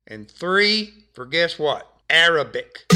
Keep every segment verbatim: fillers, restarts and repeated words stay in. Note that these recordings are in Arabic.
And three for guess what? Arabic.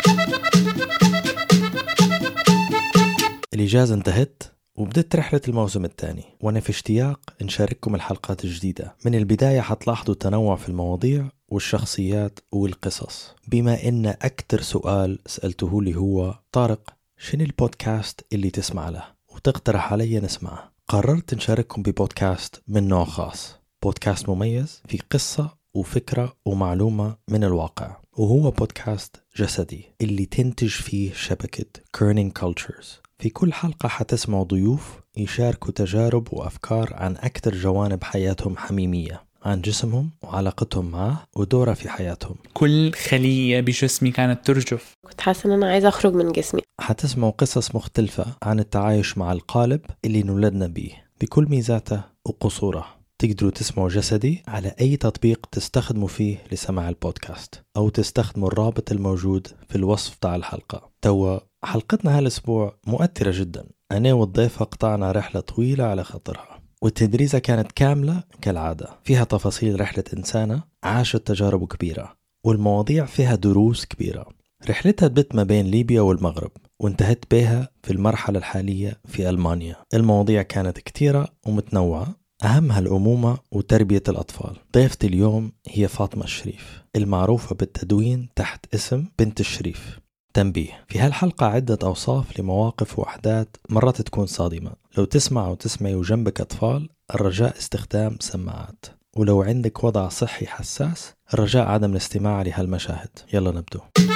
الإجازة انتهت وبدت رحلة الموسم الثاني، وأنا في اشتياق نشارككم الحلقات الجديدة. من البداية حتلاحظوا تنوع في المواضيع والشخصيات والقصص، بما إن أكتر سؤال سألته لي هو طارق شنو البودكاست اللي تسمع له وتقترح علي نسمعه. قررت نشارككم ببودكاست من نوع خاص، بودكاست مميز في قصة وفكرة ومعلومة من الواقع، وهو بودكاست جسدي اللي تنتج فيه شبكة كيرنينج كولتشرز. في كل حلقة حتسمعوا ضيوف يشاركوا تجارب وأفكار عن أكثر جوانب حياتهم حميمية، عن جسمهم وعلاقتهم معه ودوره في حياتهم. كل خلية بجسمي كانت ترجف، كنت حاسة أن أنا عايزة أخرج من جسمي. حتسمعوا قصص مختلفة عن التعايش مع القالب اللي نولدنا به بكل ميزاته وقصوره. تقدروا تسمعوا جسدي على أي تطبيق تستخدموا فيه لسماع البودكاست، أو تستخدموا الرابط الموجود في الوصف تاع الحلقة. توا حلقتنا هالأسبوع مؤثرة جدا، أنا والضيفة قطعنا رحلة طويلة على خاطرها، والتدريسة كانت كاملة كالعادة، فيها تفاصيل رحلة إنسانة عاشت تجارب كبيرة، والمواضيع فيها دروس كبيرة. رحلتها بدت ما بين ليبيا والمغرب وانتهت بها في المرحلة الحالية في ألمانيا. المواضيع كانت كتيرة ومتنوعة، أهمها الأمومة وتربية الأطفال. ضيفتي اليوم هي فاطمة الشريف، المعروفة بالتدوين تحت اسم بنت الشريف. تنبيه: في هالحلقة عدة أوصاف لمواقف وأحداث مرات تكون صادمة. لو تسمع وتسمعي وجنبك أطفال الرجاء استخدام سماعات، ولو عندك وضع صحي حساس الرجاء عدم الاستماع لهالمشاهد. يلا نبدو.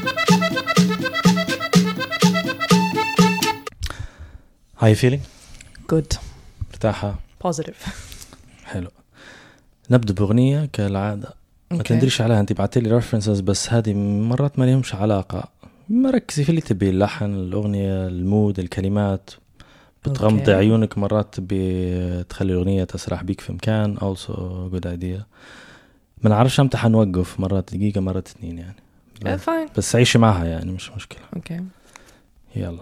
How you feeling? Good. مرتاحة؟ Positive. حلو. نبدأ بأغنية كالعادة. ما okay. تندريش عليها، انت بعتلي ريفرنسز بس هذه مرات ما لهمش علاقة. ما ركزي في اللي تبي، اللحن، الأغنية، المود، الكلمات. بتغمض okay. عيونك مرات بتخلي الأغنية تسرح بيك في مكان. also good idea. ما نعرفش امتى حنوقف، مرات دقيقة مرات اثنين يعني. yeah, fine. بس عيشي معها يعني مش مشكلة. okay. يلا.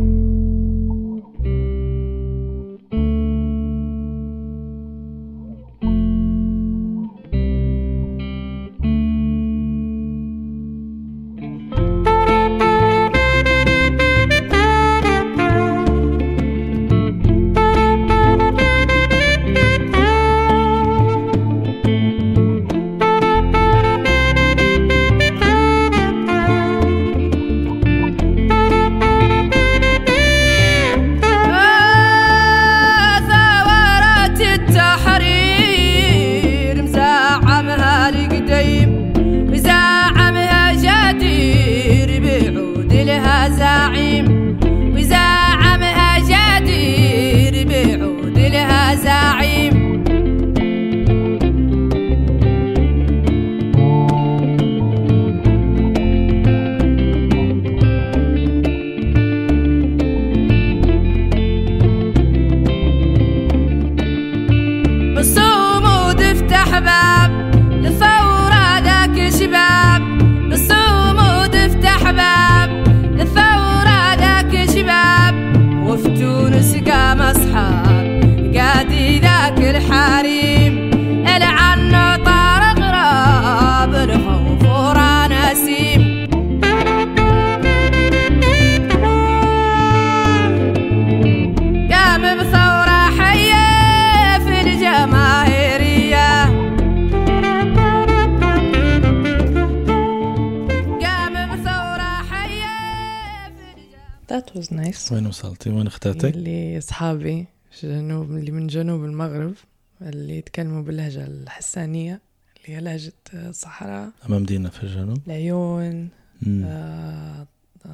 That was nice. وين وصلتي؟ وين اخترتك؟ اللي أصحابي جنوب، اللي من جنوب المغرب، اللي يتكلموا باللهجة الحسانية اللي هي لهجة الصحراء. أمام مدينة في الجنوب. العيون، آه،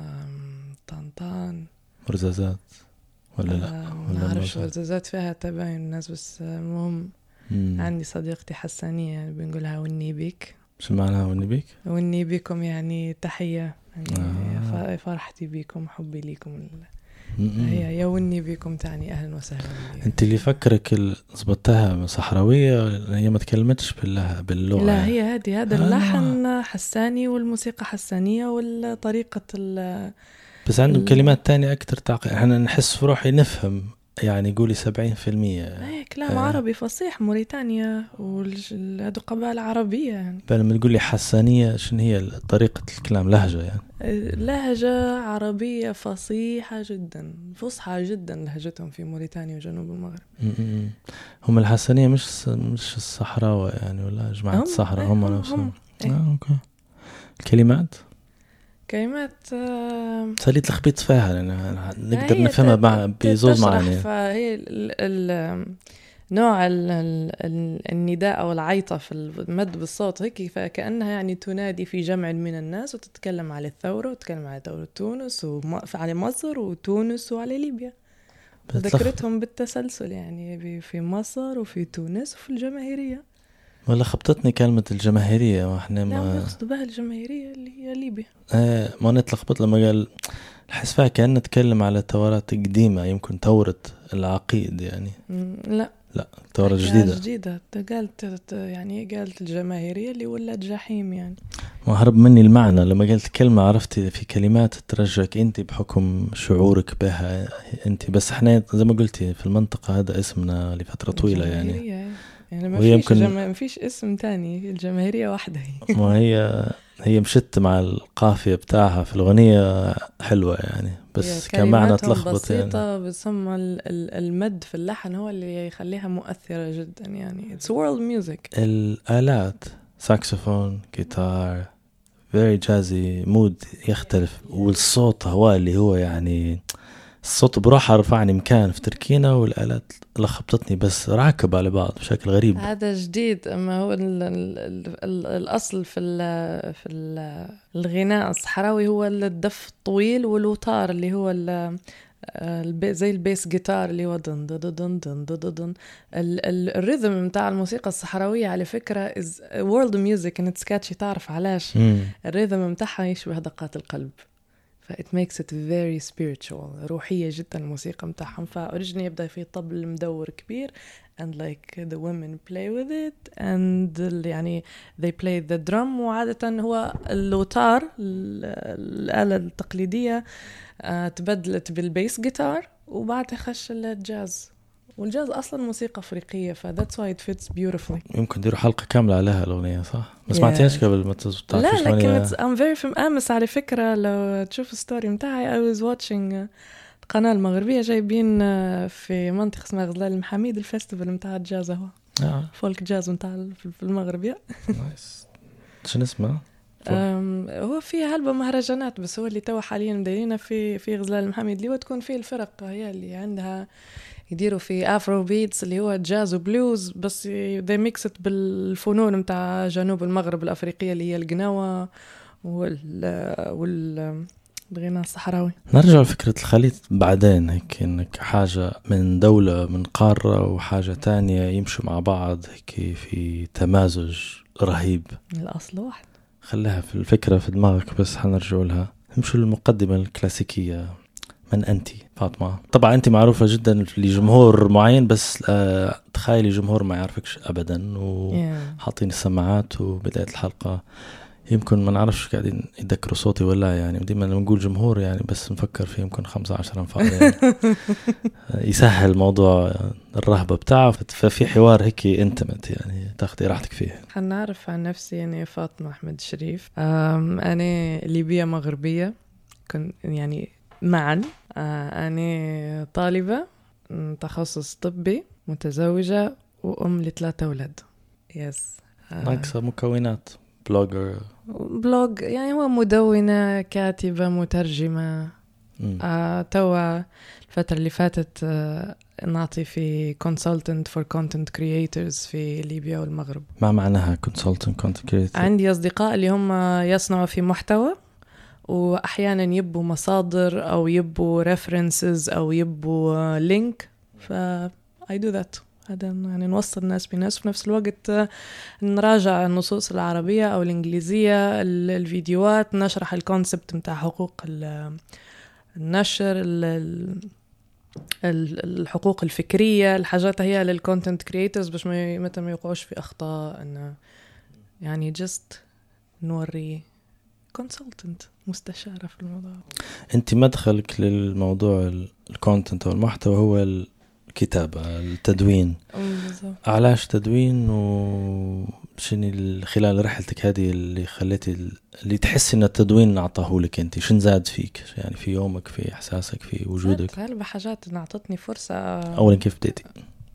طنطان، ورزازات ولا لا؟ آه، ما أعرفش ورزازات فيها تباين الناس، بس المهم عندي صديقتي حسانية يعني بنقولها وني بيك. شو معناها وني بيك؟ وني بيكم يعني تحية، يعني آه. فرحتي بيكم، حبي ليكم. هي يوني بيكم تعني أهلا وسهلا. أنت اللي فكرك ضبطتها صحراوية، هي ما تكلمتش بالله باللغة. لا هي هذه، هذا اللحن آه. حساني، والموسيقى حسانية، والطريقة ال بس عنده كلمات تانية أكتر تعقل. إحنا نحس في روحي نفهم يعني قولي سبعين في المية ايه كلام آه. عربي فصيح. موريتانيا وهذو قبائل عربية يعني. لما تقولي حسانية شنو هي طريقة الكلام؟ لهجة يعني؟ لهجة عربية فصيحة جدا، فصحى جدا لهجتهم في موريتانيا وجنوب المغرب. م-م. هم الحسانية مش مش الصحراوة يعني ولا جماعة هم الصحراء هم, هم نفسهم هم. إيه. آه، أوكي. الكلمات كلمات آه سالي تلخبيط فيها لأن نقدر نفهمها مع بيزوز معنا. فهي ال ال نوع ال ال النداء أو العيطة في المد بالصوت هيك، فكأنها يعني تنادي في جمع من الناس وتتكلم على الثورة وتتكلم على دولة تونس وعلى مصر وتونس وعلى ليبيا. ذكرتهم بالتسلسل يعني في مصر وفي تونس وفي الجماهيرية. ولا خبطتني كلمة الجماهيرية واحنا ما ما يقصد بها الجماهيرية اللي هي ليبيا. آه ما نتلخبط لما قال الحس فيها كأنه نتكلم على ثورات قديمة، يمكن ثورة العقيد يعني. لا لا ثورة جديدة جديدة. قالت يعني قالت الجماهيرية اللي ولت جحيم يعني. ما هرب مني المعنى لما قلت كلمة، عرفت في كلمات ترجعك انت بحكم شعورك بها انت، بس احنا زي ما قلتي في المنطقة هذا اسمنا لفترة طويلة يعني. يعني ما فيش يمكن... جما... ما فيش اسم تاني، الجماهيرية واحدة هي. ما هي هي مشت مع القافية بتاعها في الأغنية حلوة يعني، بس كمعنى تلخبط بسيطة يعني. بسمى المد في اللحن هو اللي يخليها مؤثرة جدا يعني. It's world music. الآلات ساكسفون جيتار very jazzy مود يختلف، والصوت هو اللي هو يعني الصوت بروحه رفعني مكان في تركينا، والآلات لخبطتني بس راكب على بعض بشكل غريب. هذا جديد. أما هو ال ال ال الأصل في ال في ال الغناء الصحراوي هو الدف الطويل والوتار اللي هو زي البيس جيتار اللي هو دن دن دن دن دن دن. الرhythm متاع الموسيقى الصحراوية على فكرة is world music and it's catchy. تعرف علاش؟ الرhythm متاعها يشبه دقات القلب، ف it makes it very spiritual. روحية جدا الموسيقى متاعهم. فأوريجيني يبدأ في طبل مدور كبير and like the women play with it and يعني they play the drum. وعادة هو اللوتار الآلة التقليدية تبدلت بالبيس جيتار وبعدها خش الجاز. والجاز أصلا موسيقى أفريقية ف that's why it fits beautifully. يمكن ديروا حلقة كاملة عليها الأغنية صح؟ ما سمعتهاش قبل ما تعرفيش. لا لكن I'm very famous. أمس على فكرة لو تشوف الستوري متاعي I was watching القناة المغربية جايبين في منطقة اسمها غزلان المحاميد الفestival متاع الجاز هو آه. فولك جاز متاع في المغربية. نايس. شنو اسمه؟ هو فيه هلبة مهرجانات بس هو اللي توا حاليا مديرينه في في غزلان المحاميد اللي هو تكون فيه الفرق هي اللي عندها يديروا في افرو بيتس اللي هو جاز وبلوز بس they mix it بالفنون متاع جنوب المغرب الأفريقية اللي هي القناوة وال وال الغناء الصحراوي. نرجع لفكرة الخليط بعدين هيك انك حاجة من دولة من قارة وحاجة تانية يمشوا مع بعض هيك في تمازج رهيب. الأصل واحد. خليها في الفكرة في دماغك بس حنرجع لها. نمشوا للمقدمة الكلاسيكية. من أنتي فاطمة؟ طبعا أنت معروفة جدا لجمهور معين بس آه تخيلي جمهور ما يعرفكش أبدا وحاطين السماعات وبداية الحلقة يمكن ما نعرفش قاعدين يذكروا صوتي ولا يعني ديما لما نقول جمهور يعني بس نفكر فيه يمكن خمسة عشر أنفار يعني يسهل موضوع الرهبة بتاعه. ففي حوار هيك انتمت يعني تاخدي راحتك فيه. حنعرف عن نفسي يعني فاطمة أحمد شريف. أنا ليبية مغربية كنت يعني معا. أنا طالبة تخصص طبي متزوجة وأم لثلاثة أولاد. يس ناقصة مكونات بلوجر بلوج يعني هو مدونة كاتبة مترجمة. آه توا الفترة اللي فاتت آه نعطي في consultant for content creators في ليبيا والمغرب. ما معناها consultant content creator؟ عندي أصدقاء اللي هم يصنعوا في محتوى وأحيانا يبوا مصادر أو يبوا references أو يبوا link ف I do that. هذا يعني نوصل الناس بناس في نفس الوقت نراجع النصوص العربية أو الإنجليزية الفيديوهات نشرح الكونسبت متاع حقوق النشر الحقوق الفكرية الحاجات هي للكونتنت كرييترز باش ما متى ما يوقعوش في أخطاء أن يعني just نوري كونسلتنت مستشارة في الموضوع. أنت مدخلك للموضوع الكونتنت أو المحتوى هو الكتابة التدوين. علاش تدوين وشني خلال رحلتك هذه اللي خليتي اللي تحس ان التدوين اعطاه لك انت؟ شن زاد فيك يعني في يومك، في احساسك، في وجودك؟ هل حاجات اعطتني فرصة. اولا كيف بديتي؟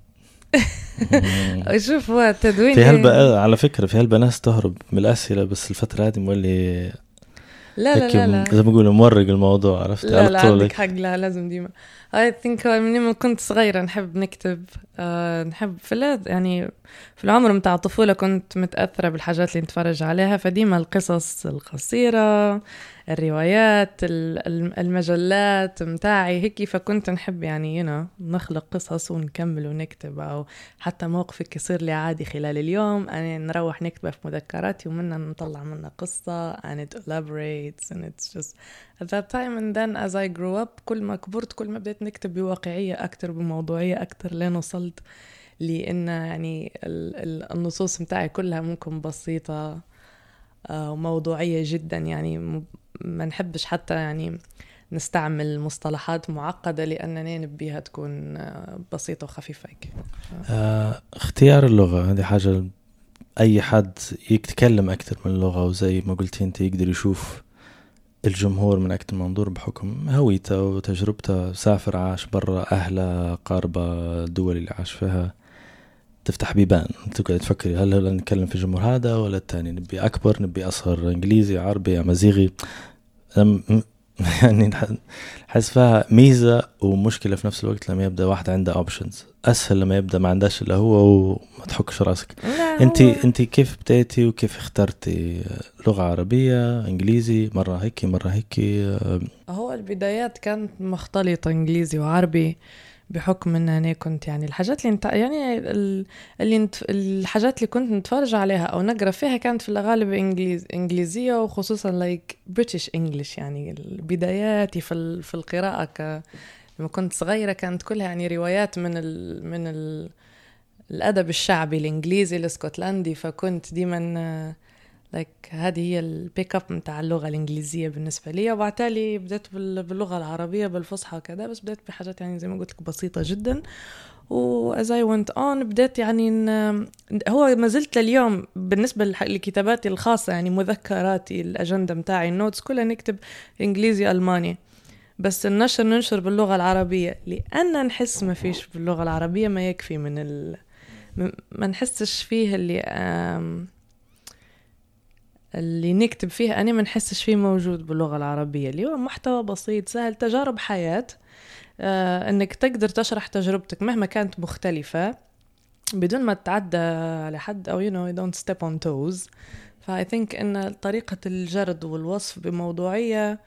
شوف هو التدوين في هلبا على فكرة في هلبا ناس تهرب من الأسئلة، بس الفترة هذه مولي لا لا لا لا زي ما بيقولوا مورق الموضوع، عرفت؟ لا لا عندك حق، لا لازم ديما. I think من ما كنت صغيرة نحب نكتب، أه نحب في يعني في العمر متاع الطفولة كنت متأثرة بالحاجات اللي نتفرج عليها، فديما القصص القصيرة، الروايات، المجلات متاعي هيك، فكنت نحب يعني هنا نخلق قصص ونكمل ونكتب، أو حتى موقفك يصير لي عادي خلال اليوم أنا نروح نكتبه في مذكراتي ومنا نطلع منها قصة and it elaborates and it's just at that time. and then as I grew up كل ما كبرت كل ما بديت نكتب بواقعية أكتر، بموضوعية أكتر، لين وصلت لأن يعني النصوص متاعي كلها ممكن بسيطة وموضوعية جدا، يعني ما نحبش حتى يعني نستعمل مصطلحات معقدة لأننا نبيها تكون بسيطة وخفيفة. آه، اختيار اللغة هذه حاجة أي حد يتكلم أكثر من اللغة، وزي ما قلتي أنت يقدر يشوف الجمهور من أكثر منظور بحكم هويته وتجربته، سافر عاش برا أهله قاربة الدول اللي عاش فيها، تفتح بيبان تقعد تفكري هل هل نتكلم في الجمهور هذا ولا الثاني، نبي أكبر نبي أصغر، إنجليزي عربي أمازيغي. يعني حس فيها ميزة ومشكلة في نفس الوقت لما يبدأ واحد عنده اوبشنز، أسهل لما يبدأ ما عندهاش إلا هو وما تحكش راسك. أنت أنت كيف بديتي وكيف اخترتي لغة عربية إنجليزي، مرة هيك مرة هيك؟ هو البدايات كانت مختلطة إنجليزي وعربي بحكم ان انا كنت يعني الحاجات اللي انت يعني اللي انت الحاجات اللي كنت نتفرج عليها او نقرا فيها كانت في الغالب انجليز انجليزيه، وخصوصا لايك بريتش انجلش. يعني بداياتي في في القراءه ك لما كنت صغيره كانت كلها يعني روايات من ال من ال الادب الشعبي الانجليزي الاسكتلندي، فكنت ديما لايك هذه هي البيك اب متاع اللغه الانجليزيه بالنسبه لي. وبعتالي بدأت باللغه العربيه بالفصحى وكذا، بس بدأت بحاجات يعني زي ما قلت لك بسيطه جدا. و as I went on بدأت يعني هو ما زلت لليوم بالنسبه لكتاباتي الخاصه يعني مذكراتي الاجنده متاعي النوتس كلها نكتب انجليزي الماني، بس النشر ننشر باللغه العربيه لان نحس ما فيش باللغه العربيه ما يكفي من ال... ما نحسش فيه اللي آم... اللي نكتب فيه أنا ما نحسش فيه موجود باللغة العربية، اللي هو محتوى بسيط سهل، تجارب حياة، آه أنك تقدر تشرح تجربتك مهما كانت مختلفة بدون ما تتعدى على حد أو you know you don't step on toes. فا I think أن طريقة الجرد والوصف بموضوعية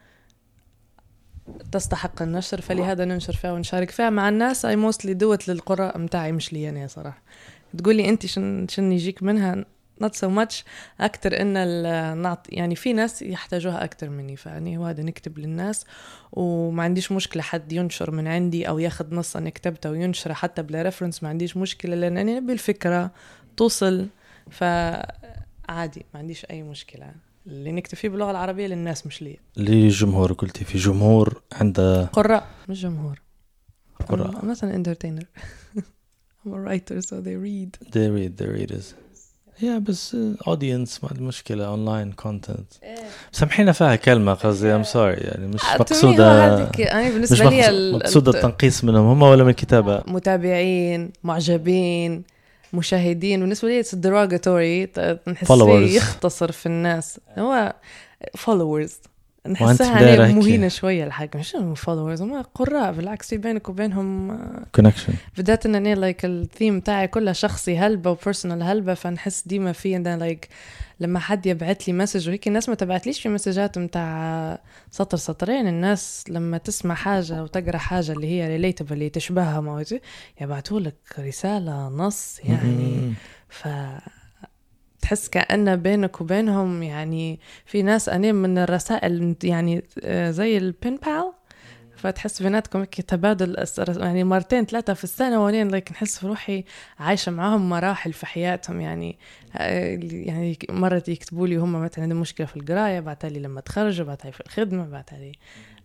تستحق النشر، فلهذا ننشر فيها ونشارك فيها مع الناس. I mostly do it للقراء متاعي مش لي أنا صراحة. تقولي أنت شن, شن يجيك منها not so much أكتر إن النعط يعني في ناس يحتاجوها أكتر مني، فأني هو هذا نكتب للناس وما عنديش مشكلة حد ينشر من عندي أو ياخد نص أنا كتبته وينشر حتى بلا ريفرنس، ما عنديش مشكلة لأن أنا نبي الفكرة توصل، فعادي ما عنديش أي مشكلة. اللي نكتب فيه باللغة العربية للناس مش لي. للجمهور قلتي في جمهور عنده قراء مش جمهور، قراء مثلا entertainer I'm a writer so they read they read the readers يا بس audience ما المشكلة أونلاين content. سامحينا فيها كلمة قصدي I'm sorry يعني مش مقصودة أنا بالنسبة لي مقصودة التنقيص منهم هم ولا من الكتابة. متابعين معجبين مشاهدين بالنسبة لي it's derogatory نحس فيه يختصر في الناس. هو followers نحسها هي مهينة شوية الحاجة، مش إنه followers هم قراء، بالعكس في بينك وبينهم connection. بدأت إن أنا like الثيم تاعي كله شخصي هلبة وبرسونال هلبة، فنحس ديما فيه إن like لما حد يبعت لي مسج وهيك الناس ما تبعتليش في مسجات متاع سطر سطرين. الناس لما تسمع حاجة وتقرأ حاجة اللي هي relatable اللي تشبهها موجود يبعتوا لك رسالة نص يعني ف تحس كأن بينك وبينهم يعني في ناس أنا من الرسائل يعني زي البين بال، فتحس بيناتكم تبادل يعني مرتين ثلاثة في السنة ونين لكن نحس في روحي عايشة معهم مراحل في حياتهم. يعني يعني مرة يكتبوا لي هم مثلا عندهم مشكلة في القراية، بعتالي لما تخرجوا، بعتالي في الخدمة، بعتالي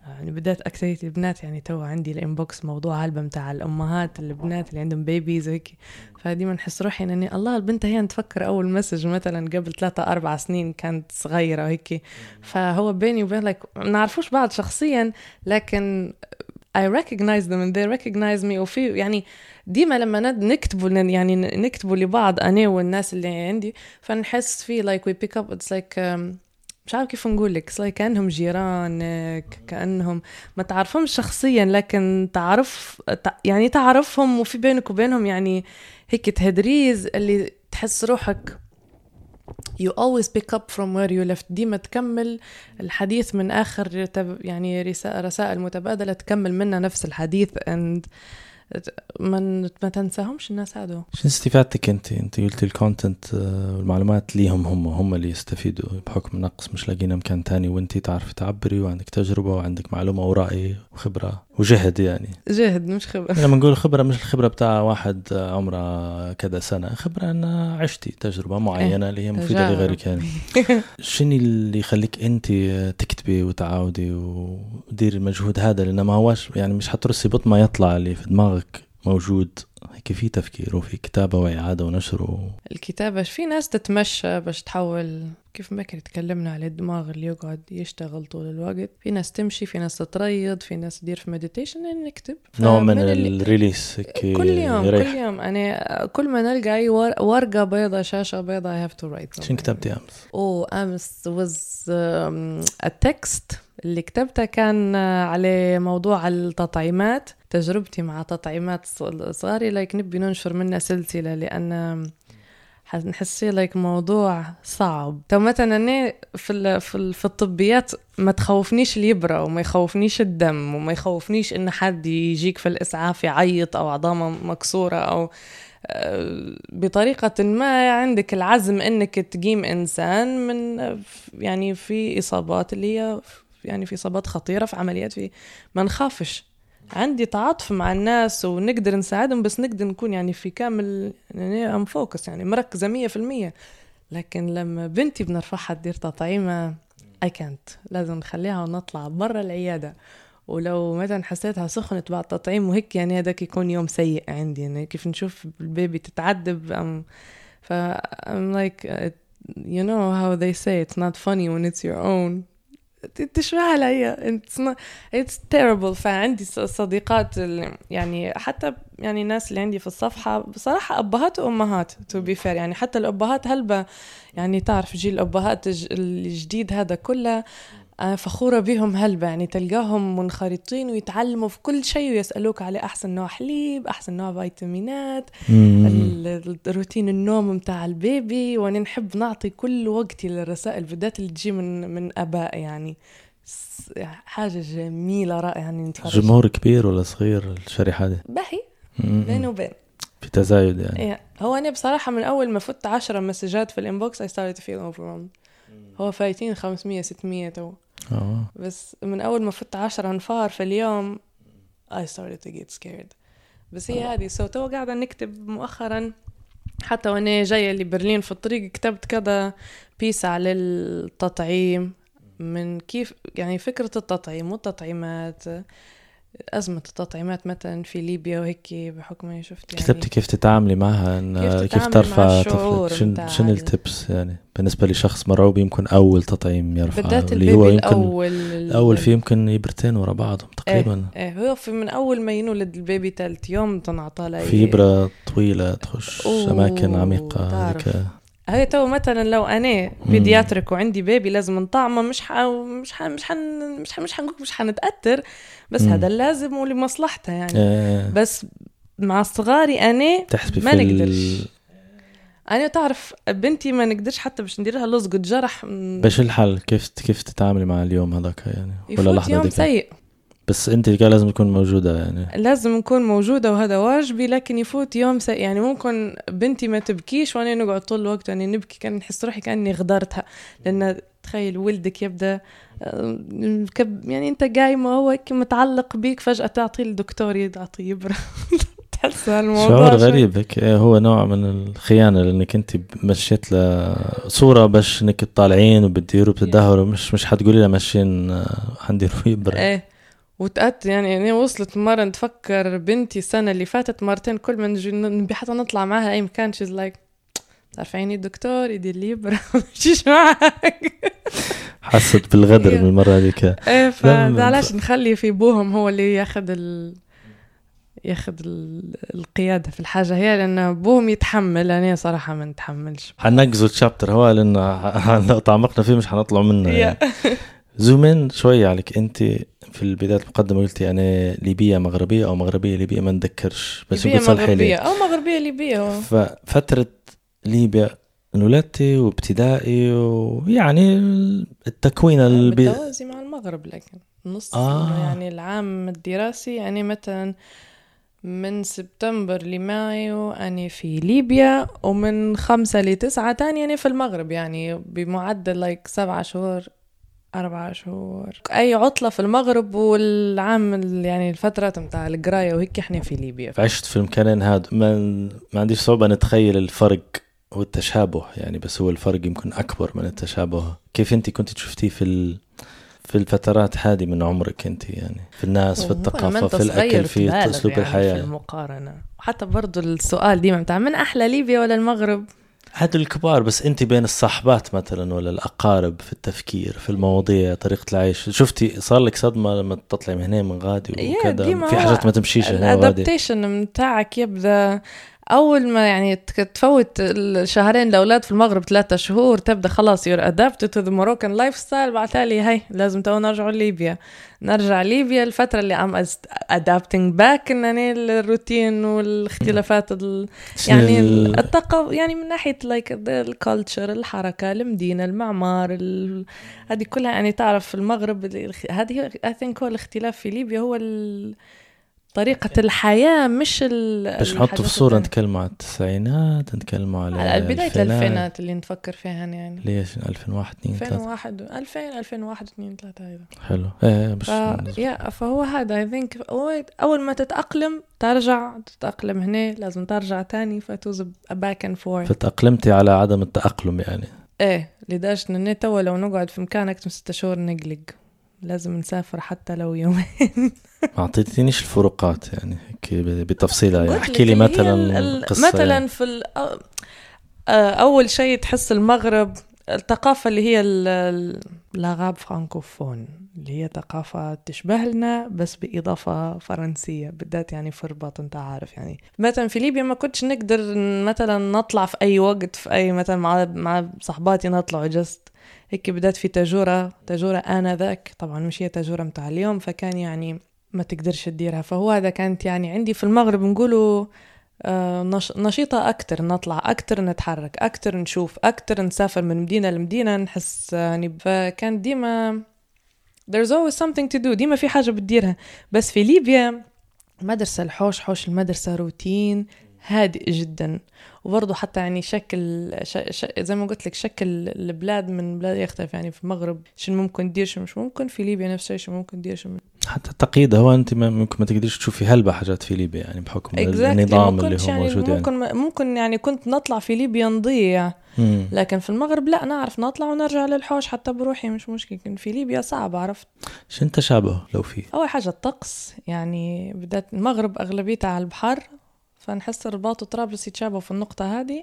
يعني بدأت أكتيفيتي البنات يعني تو عندي الانبوكس موضوع ألبوم تاع الأمهات البنات اللي عندهم بيبيز وهيك، فدي ما نحس روحي إنني الله البنت هي تفكر أول مسج مثلا قبل ثلاثة أربع سنين كانت صغيرة وهيك. فهو بيني وبين لك ما نعرفوش بعض شخصيا لكن I recognize them and they recognize me. وفي يعني ديما لما نكتبوا يعني نكتبوا لبعض أنا والناس اللي عندي فنحس فيه like we pick up it's like um, مش عارف كيف نقول لك like كأنهم جيران كأنهم ما تعرفهم شخصيا لكن تعرف يعني تعرفهم وفي بينك وبينهم يعني هيك تهدريز اللي تحس روحك you always pick up from where you left. ديما تكمل الحديث من آخر يعني رسائل متبادلة تكمل منها نفس الحديث and ما ما تنساهمش الناس هادو. شو استفادتك انت انت قلت الكونتنت والمعلومات ليهم هم هم اللي يستفيدوا بحكم نقص مش لاقينا مكان تاني وانت تعرف تعبري وعندك تجربة وعندك معلومة ورأي وخبرة وجهد يعني جهد مش خبرة. لما نقول خبرة مش الخبرة بتاع واحد عمره كذا سنة، خبرة أن عشتي تجربة معينة اللي هي مفيدة لغيرك يعني. شنو اللي يخليك أنت تكتبي وتعاودي ودير المجهود هذا؟ لأنه ما هواش يعني مش حترسي بط ما يطلع اللي في دماغك موجود هيك في تفكير وفي كتابة وإعادة ونشر و... الكتابة في ناس تتمشى باش تحول كيف ما كنا تكلمنا على الدماغ اللي يقعد يشتغل طول الوقت، في ناس تمشي في ناس تتريض في ناس تدير في مديتيشن نكتب نوع من الريليس كل يوم يريح. كل يوم أنا كل ما نلقى أي ورقة بيضة شاشة بيضة I have to write. شن كتبتي أمس؟ أوه أمس was um, a text اللي كتبتها كان على موضوع التطعيمات، تجربتي مع تطعيمات صغاري لايك نبي ننشر منها سلسلة لأن نحسي لايك موضوع صعب. تو مثلا أنا في في في الطبيات ما تخوفنيش الإبرة وما يخوفنيش الدم وما يخوفنيش إن حد يجيك في الإسعاف يعيط أو عظامة مكسورة أو بطريقة ما عندك العزم إنك تقيم إنسان من يعني في إصابات اللي هي يعني في إصابات خطيرة في عمليات في ما نخافش. عندي تعاطف مع الناس ونقدر نساعدهم بس نقدر نكون يعني في كامل يعني أم فوكس يعني مركزة مية في المية. لكن لما بنتي بنرفعها تدير تطعيمة I can't لازم نخليها ونطلع برا العيادة. ولو مثلا حسيتها سخنت بعد تطعيم وهيك يعني هذاك يكون يوم سيء عندي يعني كيف نشوف البيبي تتعذب أم ف I'm like you know how they say it's not funny when it's your own. تشبه لي it's not it's terrible. فعندي صديقات يعني حتى يعني الناس اللي عندي في الصفحة بصراحة أبهات وأمهات to be fair يعني حتى الأبهات هلبة يعني تعرف جيل الأبهات الجديد هذا كله فخورة بهم هلبة يعني تلقاهم منخرطين ويتعلموا في كل شيء ويسألوك على أحسن نوع حليب أحسن نوع فيتامينات الروتين النوم متاع البيبي. وأنا نحب نعطي كل وقتي للرسائل بالذات اللي تجي من من أباء يعني حاجة جميلة رائعة يعني نتفرج. جمهور كبير ولا صغير الشريحة دي؟ باهي بين وبين في تزايد يعني. إيه. هو أنا بصراحة من أول ما فت عشرة مسجات في الانبوكس I started to feel overwhelmed. هو فايتين خمسمية ستمية تو أوه. بس من أول ما فت عشرة انفار في اليوم I started to get scared. بس هي هذه سو تو قاعدة نكتب مؤخرا حتى وأنا جاية لبرلين في الطريق كتبت كذا بيس على التطعيم من كيف يعني فكرة التطعيم والتطعيمات أزمة التطعيمات مثلا في ليبيا وهيك بحكم شفت يعني كتبتي كيف تتعاملي معها كيف, كيف ترفع طفلك شن شن التبس يعني بالنسبة لشخص مرعوب يمكن أول تطعيم يرفع اللي هو يمكن الأول, الأول في يمكن إبرتين ورا بعضهم تقريبا. إيه, إيه هو في من أول ما ينولد البيبي ثالث يوم تنعطى له في إبرة طويلة تخش أماكن عميقة هيك. هي تو مثلا لو أنا بيدياتريك وعندي بيبي لازم نطعمه مش ح مش ح مش حن مش ح مش حنقول مش حنتأثر بس مم. هذا اللازم ولمصلحته يعني آه. بس مع صغاري أنا ما نقدرش ال... أنا تعرف بنتي ما نقدرش حتى باش نديرها لصق جرح. باش الحل كيف كيف تتعاملي مع اليوم هذاك يعني ولا لحظة يوم سيء بس انت قال لازم تكون موجودة يعني لازم نكون موجودة وهذا واجبي. لكن يفوت يوم سيء يعني ممكن بنتي ما تبكيش وانا نقعد طول الوقت يعني نبكي كان نحس روحي كأني غدرتها. لأن تخيل ولدك يبدأ يعني انت قايمة هو متعلق بيك فجأة تعطي الدكتور يعطي إبرة تحس هالموضوع شعور غريب هو نوع من الخيانة لأنك انت مشيت له صورة باش انك تطالعين وبتديروا وبتدهروا مش مش حتقولي له ماشيين حنديروا إبرة. ايه وتأت يعني يعني وصلت مرة نتفكر بنتي السنة اللي فاتت مرتين كل ما نجي نبي حتى نطلع معها أي مكان she's like تعرف عيني الدكتور يدي الليبرا مشيش معك. حست بالغدر من المرة هذيك. ايه فعلاش نخلي في بوهم هو اللي ياخد ال ياخد القيادة في الحاجة هي، لأن بوهم يتحمل. أنا صراحة ما نتحملش. حنقزوا الشابتر هو لأنه لو تعمقنا فيه مش حنطلع منه يعني. زومين شوية عليك أنت في البداية المقدمة قلتي أنا ليبية مغربية أو مغربية ليبية ما نتذكرش بس ليبية مغربية أو مغربية ليبية. ففترة ليبيا انولدتي وابتدائي ويعني التكوين البي... بالتوازي مع المغرب، لكن نص آه. يعني العام الدراسي يعني مثلا من سبتمبر لمايو أنا في ليبيا، ومن خمسة لتسعة تاني أنا في المغرب، يعني بمعدل لايك سبعة شهور أربعة شهور أي عطلة في المغرب، والعام يعني الفترة متاع القراية وهيك إحنا في ليبيا. عشت في المكانين هاد، ما, ما عنديش صعوبة نتخيل الفرق والتشابه يعني، بس هو الفرق يمكن أكبر من التشابه. كيف أنت كنت تشوفتيه في ال... في الفترات هذه من عمرك أنت يعني، في الناس في الثقافة في الأكل في أسلوب يعني الحياة في المقارنة؟ وحتى برضو السؤال ديما متاع من أحلى ليبيا ولا المغرب؟ هادو الكبار، بس أنت بين الصحبات مثلا ولا الأقارب في التفكير في المواضيع طريقة العيش، شفتي صار لك صدمة لما تطلعي من هنا من غادي وكذا في حاجات ما تمشيش هنا وغادي؟ الادابتيشن متاعك يبدأ أول ما يعني تفوت الشهرين الأولاد في المغرب ثلاثة شهور تبدأ خلاص you're adapted to the Moroccan lifestyle. بعتالي هاي لازم تو نرجع ليبيا نرجع ليبيا الفترة اللي عم adapting back إنني الروتين والاختلافات ال... يعني الثقافة يعني من ناحية like the culture الحركة المدينة المعمار ال... هذه كلها يعني تعرف في المغرب هذه I think هو الاختلاف في ليبيا هو ال... طريقة الحياة مش ال باش نحطه في صورة نتكلم على التسعينات نتكلم على, على بداية الألفينات اللي نفكر فيها يعني ليش ألفين وواحد اثنين ألفين وواحد ألفين ألفين وواحد اثنين ثلاثة هذا حلو ايه باش ف... يا فهو هذا I think أول ما تتأقلم ترجع تتأقلم هنا لازم ترجع تاني فتوز back and forth. فتأقلمتي على عدم التأقلم يعني ايه لداش ننتا ولو نقعد في مكانك ستة شهور نقلق لازم نسافر حتى لو يومين. ما أعطيتنيش الفروقات يعني بتفصيلها يعني. احكي لي مثلا قصة مثلا يعني. في أول شيء تحس المغرب الثقافة اللي هي اللاغاب فرانكوفون اللي هي ثقافة تشبه لنا بس بإضافة فرنسية بالذات يعني في الرباط انت عارف يعني. مثلا في ليبيا ما كنتش نقدر مثلا نطلع في أي وقت في أي مثلا مع مع صحباتي نطلع جست هيك بدأت في تجورة تجورة أنا ذاك طبعا مش هي تجورة متاع اليوم فكان يعني ما تقدرش تديرها. فهو هذا كانت يعني عندي في المغرب نقوله آه نشيطة أكتر نطلع أكتر نتحرك أكتر نشوف أكتر نسافر من مدينة لمدينة نحس يعني. فكان ديما there's always something to do ديما في حاجة بتديرها. بس في ليبيا مدرسة الحوش حوش المدرسة روتين هادئ جدا وبرضه حتى يعني شكل ش... ش... زي ما قلت لك شكل البلاد من بلاد يختلف يعني. في المغرب شو ممكن دير شو مش ممكن، في ليبيا نفس الشيء شو ممكن دير شو حتى التقييد هو انت ممكن ما تقدرش تشوفي هلبة حاجات في ليبيا يعني بحكم exactly. النظام اللي هو يعني موجود ممكن يعني. ممكن يعني كنت نطلع في ليبيا نضيع مم. لكن في المغرب لا نعرف نطلع ونرجع للحوش حتى بروحي مش مشكلة. كان في ليبيا صعب عرفت شو انت شابه لو في اول حاجة الطقس يعني بدأت المغرب اغلبيتها على البحر فنحس الرباط وطرابلس يتشابهوا في النقطة هذه.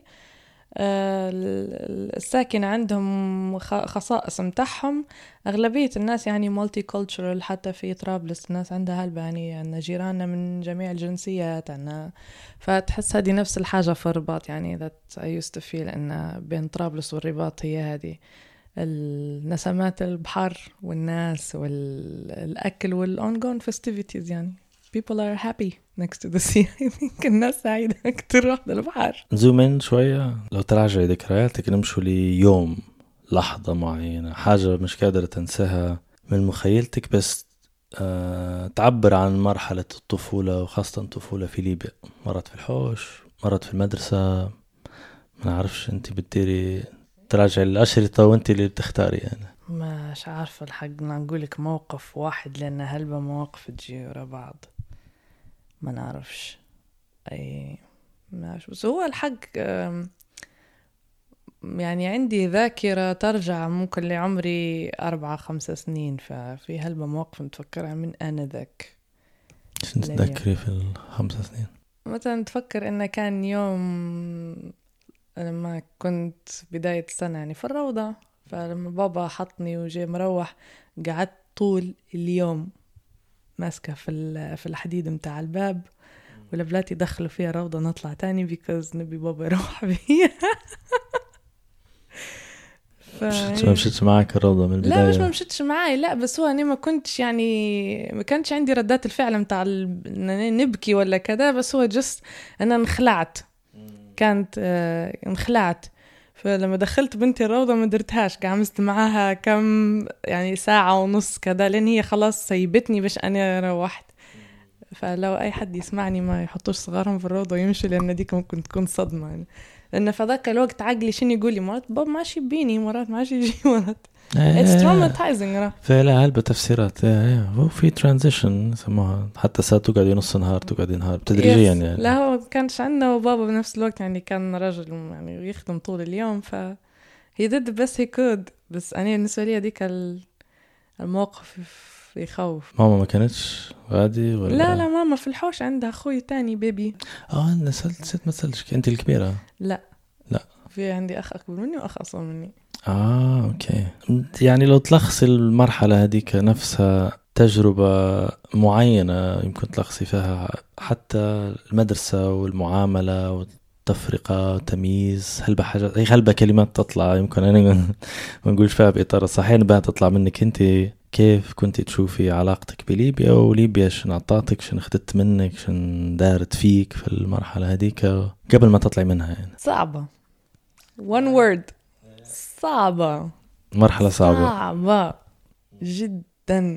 الساكن عندهم خصائص متاعهم أغلبية الناس يعني مالتي كولتشرال. حتى في طرابلس الناس عندها هلبة يعني عندنا جيراننا من جميع الجنسيات عندنا فتحس هذه نفس الحاجة في الرباط يعني that I used to feel أن بين طرابلس والرباط هي هذه النسمات البحر والناس والأكل والongoing festivities يعني people are happy next to the sea. I think الناس سعيدة أكتر واحدة البحر. زومين شوية لو تراجعي ذكرياتك نمشوا ليوم لحظة معينة حاجة مش قادرة تنساها من مخيلتك بس أه تعبر عن مرحلة الطفولة وخاصة الطفولة في ليبيا. مرت في الحوش مرت في المدرسة ما نعرفش انت بتديري تراجعي الأشرطة وانت اللي بتختاري يعني. مش عارفة الحق نقولك موقف واحد لأن هلبة مواقف تجي ورا بعض ما نعرفش أي ما نعرفش. بس هو الحق يعني عندي ذاكرة ترجع ممكن لعمري أربعة خمسة سنين، ففي هالمواقف نتفكرها من آنذاك. شو تتذكري في الخمسة سنين؟ مثلا تفكر إنه كان يوم لما كنت بداية السنة يعني في الروضة، فلما بابا حطني وجي مروح قعدت طول اليوم ماسكة في في الحديد متاع الباب، والبلاتي دخلوا فيها روضة نطلع تاني because نبي بابا يروح بيها. ف... مشيت ما مشيتش معك الروضة من البداية؟ لا مش ما مشيتش معاي، لا بس هو أنا ما كنتش يعني ما كانش عندي ردات الفعل متاع ال... نبكي ولا كذا، بس هو just أنا انخلعت، كانت آه انخلعت. فلما دخلت بنتي الروضة ما درتهاش، قعمست معاها كم يعني ساعة ونص كذا، لأن هي خلاص سيبتني باش أنا روحت. فلو أي حد يسمعني ما يحطوش صغارهم في الروضة ويمشي، لأن ديك ممكن تكون صدمة يعني. لأن في ذاك الوقت عقلي شنو يقول لي، مرات باب ماشي بيني، مرات ماشي يجي، مرات it's traumatizing. فعلا هلبة تفسيرات هو في transition سموها، حتى ساعة تقعد نص نهار تقعد نهار تدريجيا يعني. لا هو كانش عندنا وبابا بنفس الوقت يعني كان رجل يعني يخدم طول اليوم، ف he did the best he could. بس أنا بالنسبة لي هذيك الموقف يخوف. ماما ما كانتش غادي ولا؟ لا لا ماما في الحوش عندها أخوي تاني بيبي. اه نسلت ست ما تسلش أنت الكبيرة؟ لا لا في عندي أخ أكبر مني وأخ أصغر مني. آه أوكي. يعني لو تلخصي المرحلة هذيك نفسها تجربة معينة يمكن تلخصي فيها حتى المدرسة والمعاملة والتفرقة تمييز، هل بحاجة هي هل بكلمات تطلع يمكن أنا ما نقولش فيها بإطار صحيح بها تطلع منك أنت، كيف كنت تشوفي علاقتك بليبيا، وليبيا شن عطاتك، شن خدت منك، شن دارت فيك في المرحلة هذيك قبل ما تطلع منها يعني؟ صعبة one word صعبة، مرحلة صعبة صعبة جدا.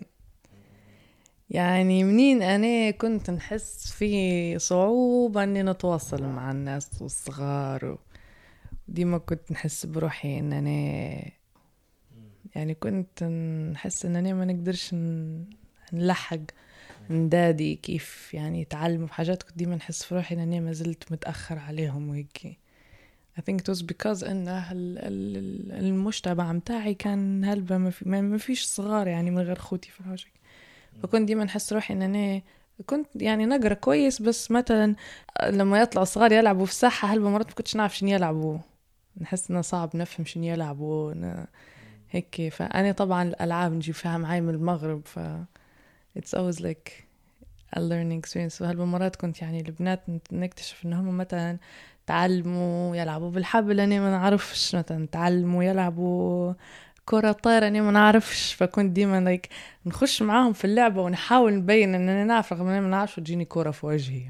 يعني منين أنا كنت نحس في صعوبة أني نتواصل مع الناس والصغار، وديما كنت نحس بروحي أن أنا يعني كنت نحس أن أنا ما نقدرش نلحق ندادي كيف يعني يتعلموا بحاجات، كنت ديما نحس في روحي أن أنا ما زلت متأخر عليهم وهيك. I think it was because إن المجتمع متاعي كان هلبة ما, في ما فيش صغار يعني من غير خوتي في الحاجة، فكنت ديما نحس روحي إن أنا كنت يعني نقرأ كويس، بس مثلا لما يطلعوا صغار يلعبوا في الساحة هلبة مرات ما كنتش نعرف شنو يلعبوا، نحس إنه صعب نفهم شنو يلعبوا هيك. فأنا طبعا الألعاب نجيب فيها معي من المغرب، ف it's always like a learning experience. وهلبة مرات كنت يعني البنات نكتشف إنهم مثلا تعلموا يلعبوا بالحبل أنا ما نعرفش، مثلا تعلموا يلعبوا كرة طايرة أنا ما نعرفش، فكنت ديما like نخش معاهم في اللعبة ونحاول نبين أننا نعرف رغم أننا ما نعرفش وتجيني كرة في وجهي.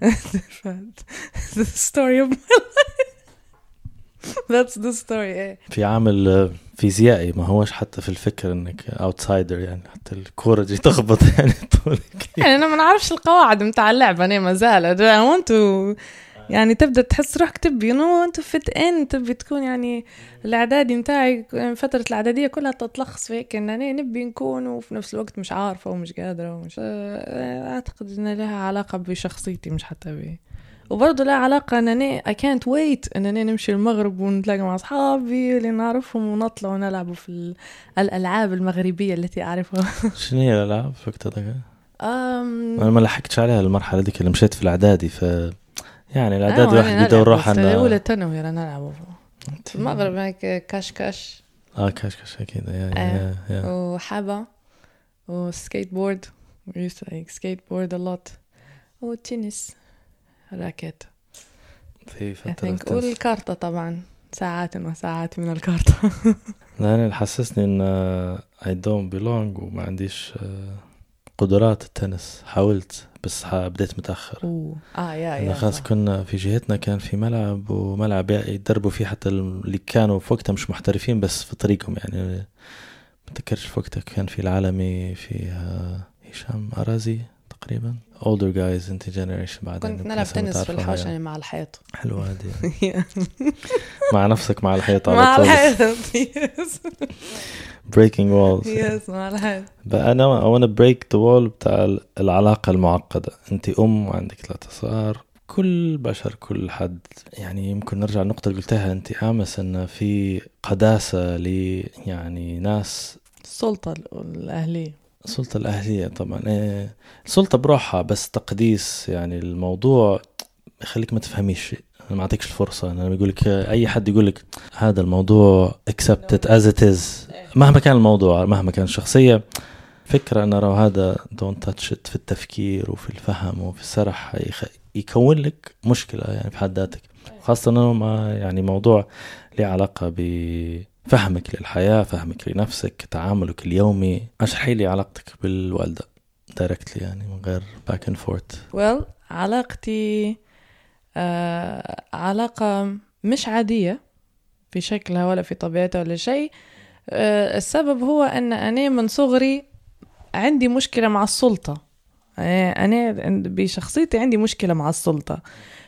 The story of my life. That's the story. في عامل فيزيائي ما هوش حتى في الفكر انك outsider يعني، حتى الكرة دي تخبط يعني طولك يعني أنا ما نعرفش القواعد متاع اللعبة أنا ما زال I want to يعني تبدأ تحس روحك تبي نو أنت فت إن تبي تكون يعني الإعدادي متاعي فترة الإعدادية كلها تتلخص فيك إن أنا نبي نكون وفي نفس الوقت مش عارفة ومش قادرة ومش أعتقد إن لها علاقة بشخصيتي مش حتى بي، وبرضه لها علاقة إن أنا I can't wait إن أنا نمشي المغرب ونتلاقى مع أصحابي اللي نعرفهم ونطلع ونلعبوا في الألعاب المغربية التي أعرفها. شنو هي الألعاب في وقتها؟ أم... أنا ما لحقتش عليها المرحلة دي اللي مشيت في الإعدادي، ف يعني الإعداد واحد يدور روح أنا أولى ثانوي أنا نلعبه في المغرب هيك كاش كاش آه كاش كاش أكيد يا يا يا وحبة وسكيت بورد we used to like skate board a lot وتنس راكيت في فترة والكارتة طبعا ساعات وساعات من الكارتة. لا أنا اللي حسسني إن I don't belong وما عنديش قدرات التنس، حاولت بس بديت متأخر. أوه. آه يا يا خاص كنا في جهتنا كان في ملعب وملعب يدربوا فيه حتى اللي كانوا في وقتها مش محترفين بس في طريقهم يعني، متذكرش في وقتها كان في العالمي فيها هشام أرازي تقريبا older guys into generation بعد كنت نلعب تنس في الحوش يعني مع الحيط. حلوة هذه مع نفسك مع الحيط على مع الحيط breaking walls yes مع الحيط. بقى أنا I wanna break the wall بتاع العلاقة المعقدة. أنت أم وعندك ثلاثة صغار كل بشر كل حد يعني يمكن نرجع لنقطة اللي قلتها أنت آمس أن في قداسة ل يعني ناس السلطة الأهلية السلطة الأهلية طبعا إيه السلطة بروحها بس تقديس يعني الموضوع يخليك ما تفهميش شيء ما أعطيكش الفرصة. أنا بيقولك أي حد يقولك هذا الموضوع accept it as it is مهما كان الموضوع مهما كان الشخصية فكرة أن رأوا هذا don't touch it في التفكير وفي الفهم وفي السرح يكون لك مشكلة يعني في حد ذاتك خاصة أنه ما يعني موضوع له علاقة بفهمك للحياة فهمك لنفسك تعاملك اليومي أشرحي لي علاقتك بالوالدة directly يعني من غير back and forth. well علاقتي آه علاقة مش عادية في شكلها ولا في طبيعتها ولا شيء. آه السبب هو أن أنا من صغري عندي مشكلة مع السلطة. أنا بشخصيتي عندي مشكلة مع السلطة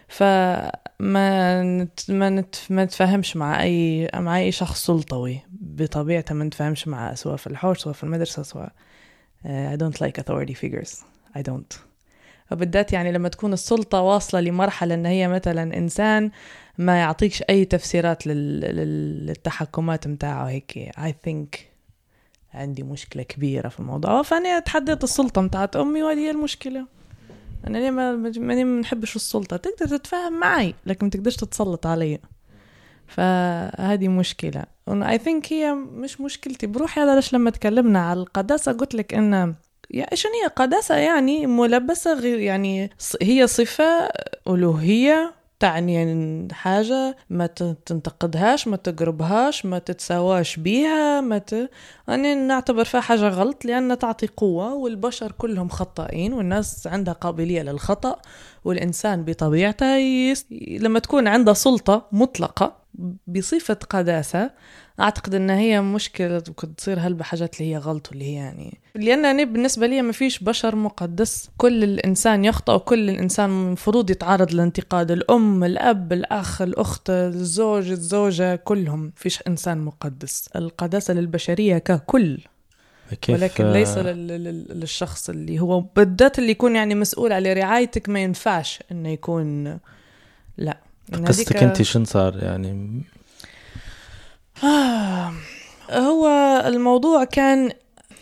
فما نت ما نت ما نتفاهمش مع أي مع أي شخص سلطوي بطبيعته ما نتفاهمش معه سواء في الحوش سواء في المدرسة سواء uh, I don't like authority figures I don't. وبالذات يعني لما تكون السلطة واصلة لمرحلة أن هي مثلا إنسان ما يعطيكش أي تفسيرات لل... للتحكمات متاعه هيك I think عندي مشكلة كبيرة في الموضوع. فأنا تحديت السلطة متاعت أمي وهذه هي المشكلة. أنا ما ما نحبش السلطة تقدر تتفاهم معي لكن ما تقدرش تتسلط علي فهذه مشكلة. I think هي مش مشكلتي بروحي. هذا ليش لما تكلمنا على القداسة قلت لك إن يا إيش هي قداسة يعني ملبسة يعني هي صفة ألوهية تعني حاجة ما تنتقدهاش ما تقربهاش ما تتساواش بيها ما ت... أنا نعتبر فيها حاجة غلط لأنها تعطي قوة والبشر كلهم خطائين والناس عندها قابلية للخطأ والإنسان بطبيعته يس... لما تكون عنده سلطة مطلقة بصفة قداسة أعتقد أن هي مشكلة وقد تصير هالبحاجات اللي هي غلط واللي هي يعني لأن أنا بالنسبة لي ما فيش بشر مقدس. كل الإنسان يخطأ وكل الإنسان مفروض يتعرض للانتقاد. الأم الأب الأخ الأخت الزوج الزوجة كلهم فيش إنسان مقدس. القداسة للبشرية ككل ولكن ليس للشخص اللي هو بالذات اللي يكون يعني مسؤول على رعايتك ما ينفعش إنه يكون لا. قصتك أنت شن صار يعني؟ آه هو الموضوع كان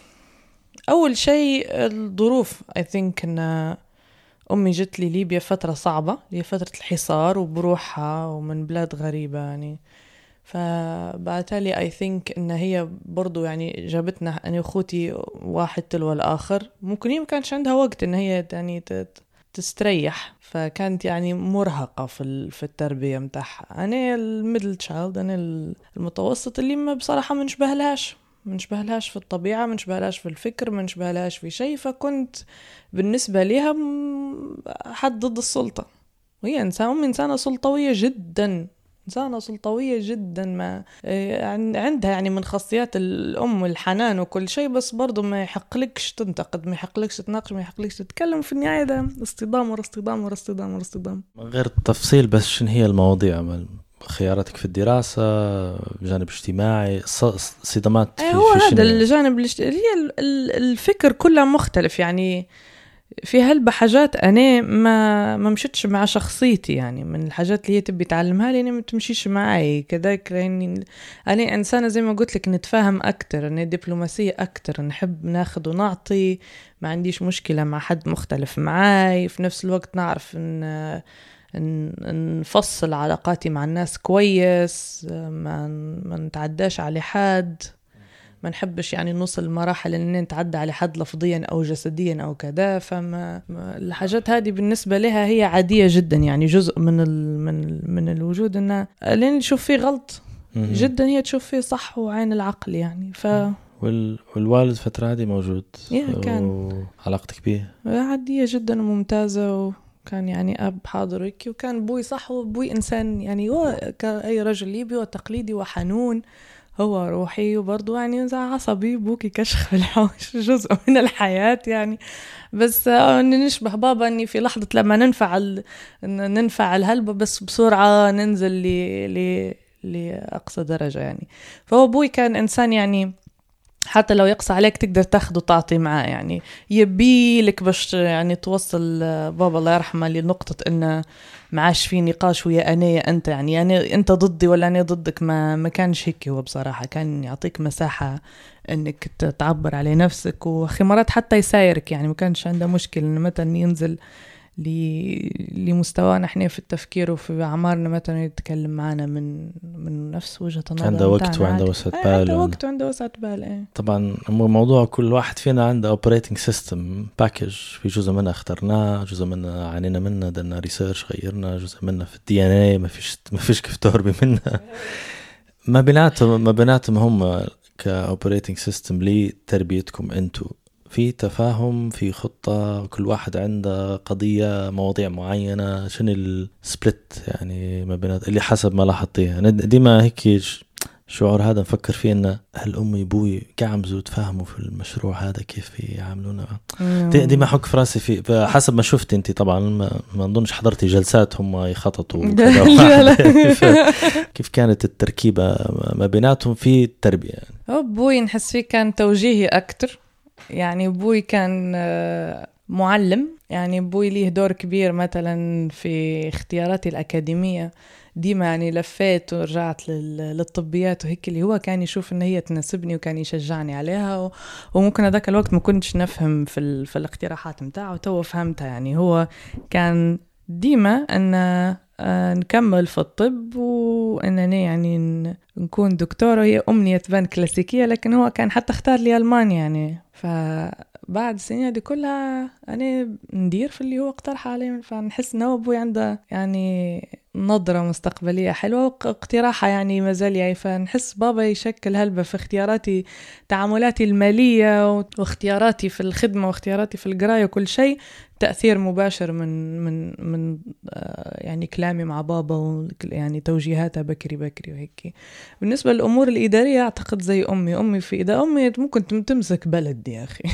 أول شيء الظروف. I think إن أمي جت لي ليبيا فترة صعبة هي فترة الحصار وبروحها ومن بلاد غريبة يعني فبعتالي I think إن هي برضو يعني جابتنا أنا وأخوتي واحد تلو الآخر. ممكن هي ما كانش عندها وقت إن هي يعني تستريح فكانت يعني مرهقة في في التربية متاعها. أنا الميدل تشايلد أنا المتوسط اللي ما بصراحة ما نشبهلهاش ما نشبهلهاش في الطبيعة ما نشبهلهاش في الفكر ما نشبهلهاش في شيء. فكنت بالنسبة لها حد ضد السلطة وهي إنسان أمي إنسانة سلطوية جدا إنسانة سلطوية جدا ما عندها يعني من خاصيات الأم الحنان وكل شيء بس برضو ما يحقلكش تنتقد ما يحقلكش تتناقش ما يحقلكش تتكلم. في النهاية ده اصطدام ورا اصطدام ورا اصطدام ورا اصطدام. غير التفصيل بس شن هي المواضيع خياراتك في الدراسة جانب اجتماعي صدمات في, هو في هذا الجانب الاجتماعي هي الفكر كله مختلف يعني في هالبحاجات أنا ما ما مشيتش مع شخصيتي يعني من الحاجات اللي هي تبي تعلمها لي أنا ما تمشيش معي كذاك يعني أنا إنسانة زي ما قلت لك نتفاهم أكتر أنا دبلوماسية أكتر نحب ناخد ونعطي ما عنديش مشكلة مع حد مختلف معاي في نفس الوقت نعرف إن نفصل علاقاتي مع الناس كويس ما ما نتعداش على حد ما نحبش يعني نوصل المراحل ان نتعدى على حد لفظيا او جسديا او كذا. فما الحاجات هذه بالنسبه لها هي عاديه جدا يعني جزء من ال من ال من الوجود انها لين نشوف فيه غلط جدا هي تشوف فيه صح وعين العقل يعني. ف وال... والوالد فتره هذه موجود كان علاقتك به عاديه جدا وممتازه وكان يعني اب حاضرك وكان بوي صح وبوي انسان يعني هو كاي رجل ليبي وتقليدي وحنون هو روحي وبرضو يعني زي عصبي بوكي كشخ في الحوش جزء من الحياة يعني بس نشبه بابا أني في لحظة لما ننفعل ننفعل هلبة بس بسرعة ننزل ل... ل... لأقصى درجة يعني. فهو بوي كان إنسان يعني حتى لو يقصى عليك تقدر تاخده تعطي معاه، يعني يبي لك باش يعني توصل بابا الله يرحمه لنقطة إنه معاش في نقاش ويا أنا يا أنت، يعني يعني أنت ضدي ولا أنا ضدك، ما ما كانش هيك. هو بصراحة كان يعطيك مساحة إنك تعبر على نفسك، وأخي مرات حتى يسايرك، يعني ما كانش عنده مشكلة إنه مثلا ينزل لمستوانا احنا في التفكير وفي أعمارنا، مثلا يتكلم معنا من من نفس وجهة النظر، عنده وقت وعنده وسط بال، عنده وقت وعنده وسط بال. ايه طبعا موضوع كل واحد فينا عنده اوبريتنج سيستم باكج، في جزء منها اخترناه، جزء منها عانينا منه، درنا ريسيرش غيرنا، جزء منها في الدي ان اي ما فيش ما فيش كيف تهربي منها. ما بيناتهم ما بيناتهم هم كاوبريتنج سيستم لتربيتكم انتو، في تفاهم، في خطة، كل واحد عنده قضية مواضيع معينة، شنو السبلت يعني ما بينات اللي حسب ما لاحظتيه. أنا ديما هيك شعور هذا نفكر فيه، إنه هل أمي بوي قاعمزوا تفاهموا في المشروع هذا كيف يعملونا. ديما حك في راسي فيه حسب ما شفت أنت. طبعا ما نظنش حضرتي جلسات هم يخططوا كيف كانت التركيبة ما بيناتهم في التربية. يعني بوي نحس فيه كان توجيهي أكتر، يعني بوي كان معلم، يعني بوي ليه دور كبير مثلا في اختياراتي الأكاديمية. ديما يعني لفيت ورجعت للطبيات وهيك، اللي هو كان يشوف ان هي تناسبني وكان يشجعني عليها، وممكن هذاك الوقت ما كنتش نفهم في, في الاقتراحات متاعه، وتو فهمتها. يعني هو كان ديما ان نكمل في الطب وانني يعني نكون دكتورة، هي أمنية تبان كلاسيكية، لكن هو كان حتى اختار لي ألمانيا. يعني فبعد السنين دي كلها أنا ندير في اللي هو اقترح علي، فنحس إنه أبوي عنده يعني نظرة مستقبلية حلوة واقتراحها يعني مازال يعني. فنحس بابا يشكل هلبة في اختياراتي، تعاملاتي المالية واختياراتي في الخدمة واختياراتي في القراية وكل شيء تأثير مباشر من من من يعني كلامي مع بابا، يعني توجيهاتها بكري بكري وهيك. بالنسبة للأمور الإدارية أعتقد زي أمي أمي في إذا أمي ممكن تمسك بلد يا أخي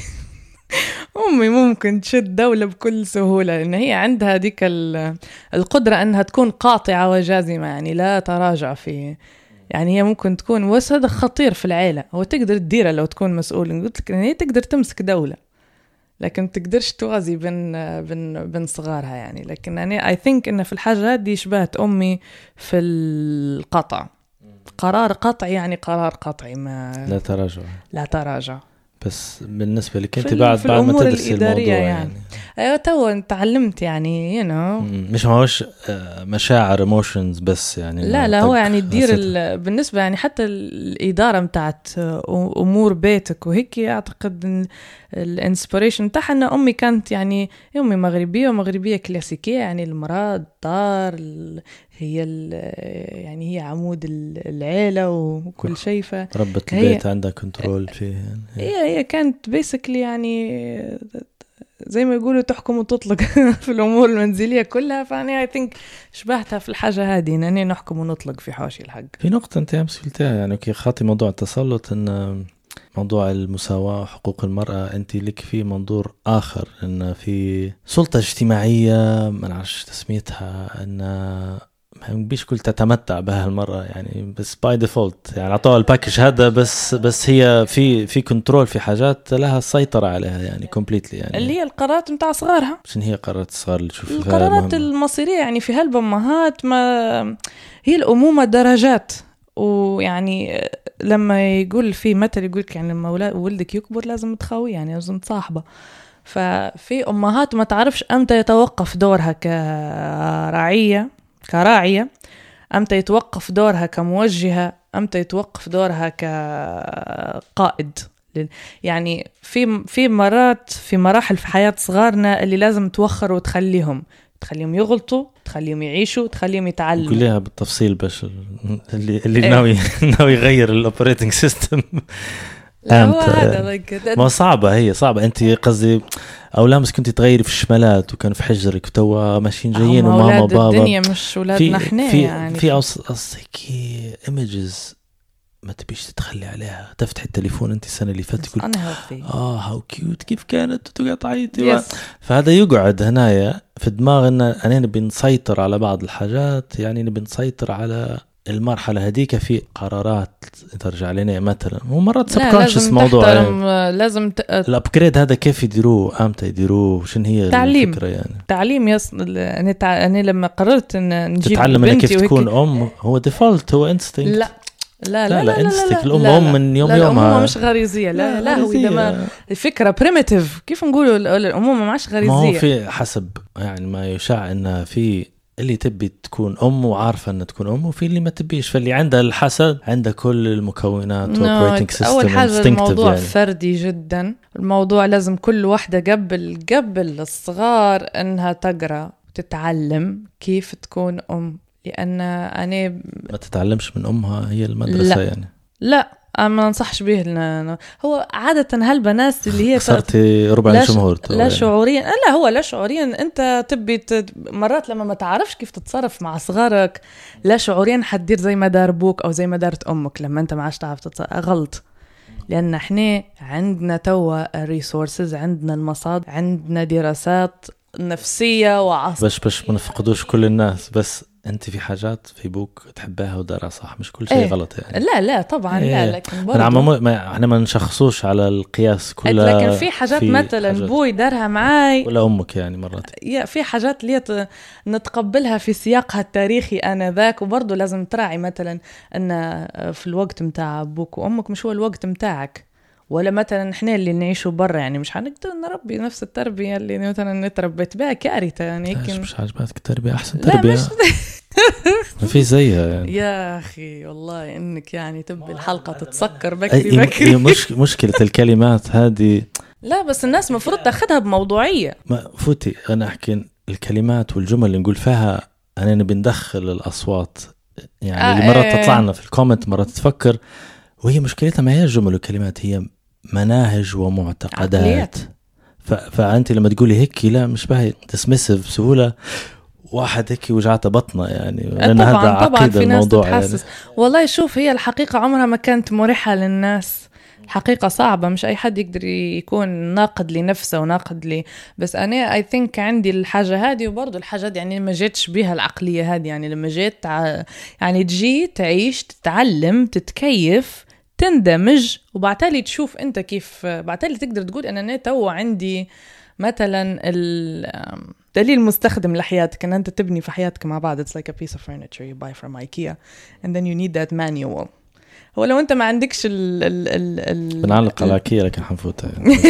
أمي ممكن تشد دولة بكل سهولة، لأن هي عندها ديك القدرة أنها تكون قاطعة وجازمة، يعني لا تراجع فيه. يعني هي ممكن تكون وسد خطير في العائلة، هو تقدر تديرها لو تكون مسؤول. قلت لك إن هي تقدر تمسك دولة، لكن تقدرش توازي بين بين بين صغارها يعني. لكن أنا I think إن في الحاجة هذه شبهت أمي في القطع، قرار قطعي يعني قرار قطعي، ما لا تراجع لا تراجع. بس بالنسبة لك أنت بعد بعد ما تدرسي الموضوع يعني, يعني. أيوة تو تعلمت يعني you know. مش هوش مشاعر emotions بس يعني، لا لا هو يعني تدير بالنسبة يعني حتى الإدارة متاعت أمور بيتك وهيك. أعتقد الانسبريشن تاعها أن أمي كانت يعني أمي مغربية ومغربية كلاسيكية، يعني المرأة الدار هي يعني هي عمود العيلة وكل شيء، ربة البيت عندها كنترول فيه يعني. هي هي كانت بيسكلي يعني زي ما يقولوا تحكم وتطلق في الأمور المنزلية كلها. فأنا I think شبهتها في الحاجة هذه، أنني نحكم ونطلق في حاشي الحق. في نقطة أنت أمس قلتها يعني كي خاطي موضوع التسلط، أن موضوع المساواة وحقوق المرأة أنت لك في منظور آخر، أن في سلطة اجتماعية ما نعرفش تسميتها، أن ما بيش كل تتمتع بها المرأة يعني، بس باي ديفولت يعني عطوها الباكج هذا، بس بس هي في في كنترول في حاجات لها السيطرة عليها يعني كومبليتلي يعني، اللي هي القرارات متاع صغارها. شنو هي قرارات الصغار اللي تشوف القرارات المصيرية يعني في هالبمهات، ما هي الأمومة درجات. ويعني لما يقول في مثل يقول يعني لما ولدك يكبر لازم تخاويه، يعني لازم تصاحبه. ففي أمهات ما تعرفش أمتى يتوقف دورها كراعية كراعية، أمتى يتوقف دورها كموجهة، أمتى يتوقف دورها كقائد. يعني في في مرات في مراحل في حياة صغارنا اللي لازم توخر وتخليهم تخليهم يغلطوا، تخليهم يعيشوا، تخليهم يتعلموا. كلها بالتفصيل باش اللي اللي ناوي ناوي يغير الاوبريتنج سيستم. ما صعبة، هي صعبة. أنت قصدي أولامس كنت تغيري في الشمالات وكان في حجرك توا ماشيين جايين وماما وبابا، الدنيا مش ولادنا احنا في يعني في أصلك إيميجز ما تبيش تتخلي عليها. تفتح التليفون أنت السنة اللي فاتت تقول آه هاو كيوت كيف كانت وتقعد تعيطي. فهذا يقعد هنايا في دماغنا أنا نبي نسيطر على بعض الحاجات، يعني نبي نسيطر على المرحلة هذيك في قرارات ترجع لنا مثلا ومرات لا سبكونشس لازم موضوع تحترم يعني. لازم ت... الابجريد هذا كيف يديروه امتى يديروه شنو هي تعليم. الفكرة يعني تعليم يص... أنا, تع... أنا لما قررت إن نجيب تتعلم انك كيف بنتي تكون وهيك... ام هو ديفولت هو انستينكت. لا لا لا لا لا انستينكت الام لا ام من يوم لا يومها. الأمومة مش غريزية لا لا هو إذا ما الفكرة بريميتيف كيف نقولوا الأمومة مش غريزية. ما هو في حسب يعني ما يشاع إنه في اللي تبي تكون أم وعارفة أن تكون أم وفي اللي ما تبيش فاللي عنده الحسد عنده كل المكونات operating system. أول حاجة الموضوع يعني. فردي جدا. الموضوع لازم كل واحدة قبل قبل الصغار أنها تقرأ وتتعلم كيف تكون أم لأن أنا ما تتعلمش من أمها هي المدرسة لا. يعني لا ما نصحش به لنا. هو عادة هالبنات اللي هي خسرتي ربع الجمهور لا يعني. شعوريا لا هو لا شعوريا انت تبي تد... مرات لما ما تعرفش كيف تتصرف مع صغارك لا شعوريا حتدير زي ما دار بوك او زي ما دارت امك لما انت ما عادش تعرف تتصرف. غلط لان احنا عندنا توا ريسورسز عندنا المصادر عندنا دراسات نفسية وعصب باش باش ما نفقدوش كل الناس بس انت في حاجات في بوك تحبها ودارها صح مش كل شيء ايه. غلط يعني. لا لا طبعا ايه. لا لكن برضو نعم ما احنا ما نشخصوش على القياس كله لكن في حاجات في مثلا حاجات. بوي دارها معاي ولا امك يعني مرات يا في حاجات اللي نتقبلها في سياقها التاريخي انا ذاك وبرضو لازم تراعي مثلا ان في الوقت متاع ابوك وامك مش هو الوقت متاعك ولا مثلا احنا اللي نعيشوا برا يعني مش هنقدر نربي نفس التربيه اللي مثلا نتربيت بها كارثه يعني مش, يمكن مش عجبتك التربيه احسن تربيه مش... ما في زيها يعني. يا اخي والله انك يعني تبي الحلقه تتسكر بكري بكري هي مش مشكله الكلمات هذه لا بس الناس مفروض تاخذها بموضوعيه. ما فوتي انا احكي الكلمات والجمل اللي نقول فيها انا نبي ندخل الاصوات يعني آه اللي مرات ايه. تطلعنا في الكومنت مرات تفكر وهي مشكلتها ما هي الجمل والكلمات هي مناهج ومعتقدات ف... فأنت لما تقولي هيك لا مش باهي تسمسف بسهولة واحد هيك وجعته بطنه يعني لأن طبعا هذا عقيدة الموضوع يعني. والله شوف هي الحقيقة عمرها ما كانت مريحة للناس الحقيقة صعبة مش أي حد يقدر يكون ناقد لنفسه وناقد لي بس أنا I think عندي الحاجة هذه وبرضو الحاجة دي يعني لما جيتش بها العقلية هذه يعني لما جيت ع... يعني تجي تعيش تتعلم تتكيف تندمج وبعتالي تشوف انت كيف بعتالي تقدر تقول ان انا تو عندي مثلا الدليل مستخدم لحياتك ان انت تبني في حياتك مع بعض it's like a piece of furniture you buy from IKEA and then you need that manual. هو لو انت ما عندكش ال ال ال ال بنعلق على IKEA لكن حنفوتها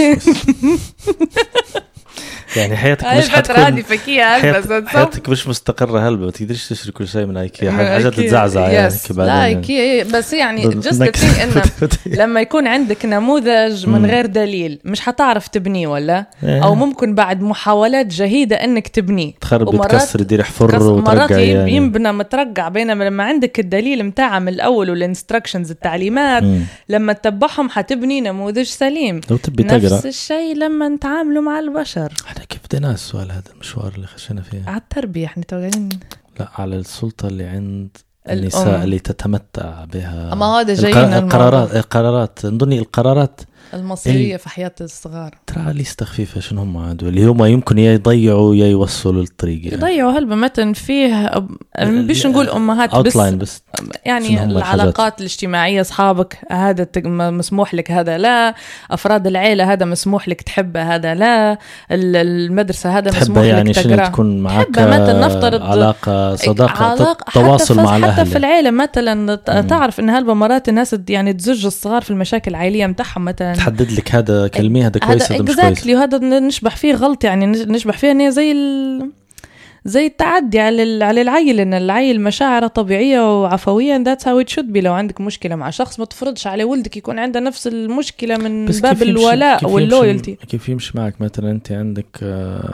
يعني حياتك مش حتكون حياتك, حياتك مش مستقرة هلبة ما تقدرش تشتري كل شيء من ايكيا حاجات تتزعزع يعني كبعدين لا ايكيا بس يعني just the thing إنه لما يكون عندك نموذج من غير دليل مش حتعرف تبنيه ولا او ممكن بعد محاولات جهيدة انك تبنيه تخرب تكسر دير حفر وترقع يعني ينبنى مترقع بينما لما عندك الدليل متاعه من الاول والانستراكشنز التعليمات مم. لما تتبعهم حتبني نموذج سليم. لو تبي نفس تقرأ الشيء لما نتعاملوا مع البشر كيف بدينا السؤال هذا المشوار اللي خشينا فيه على التربية احنا توقعين لا على السلطة اللي عند النساء الأم. اللي تتمتع بها أما هذا جايين القرارات القرارات نظني القرارات المصيرية في حياة الصغار ترى لي استخفيفة شنو هم عادوا اللي هم يمكن يضيعوا يا يوصلوا للطريق يعني. يضيعوا هلبة مثلا فيه بيش نقول أمهات بس, بس يعني العلاقات الاجتماعية أصحابك هذا مسموح لك هذا لا أفراد العيلة هذا مسموح لك تحبه هذا لا المدرسة هذا مسموح يعني لك تقرأ تكون معك مثلا نفترض علاقة صداقة علاقة تواصل مع الأهل حتى في العيلة مثلا تعرف إن هلبة مرات الناس يعني تزج الصغار في المشاكل العائلية متاعهم مثلا تحدد لك هذا كلمة هذا كويس هذا مش كويس وهذا نشبح فيه غلط يعني نشبح فيه إنه زي ال... زي التعدي على ال... على العيل إن العيل مشاعره طبيعية وعفوية that's how it should be. لو عندك مشكلة مع شخص ما تفرضش على ولدك يكون عنده نفس المشكلة من باب الولاء واللويالتي. كيف يمشي معك مثلا أنت عندك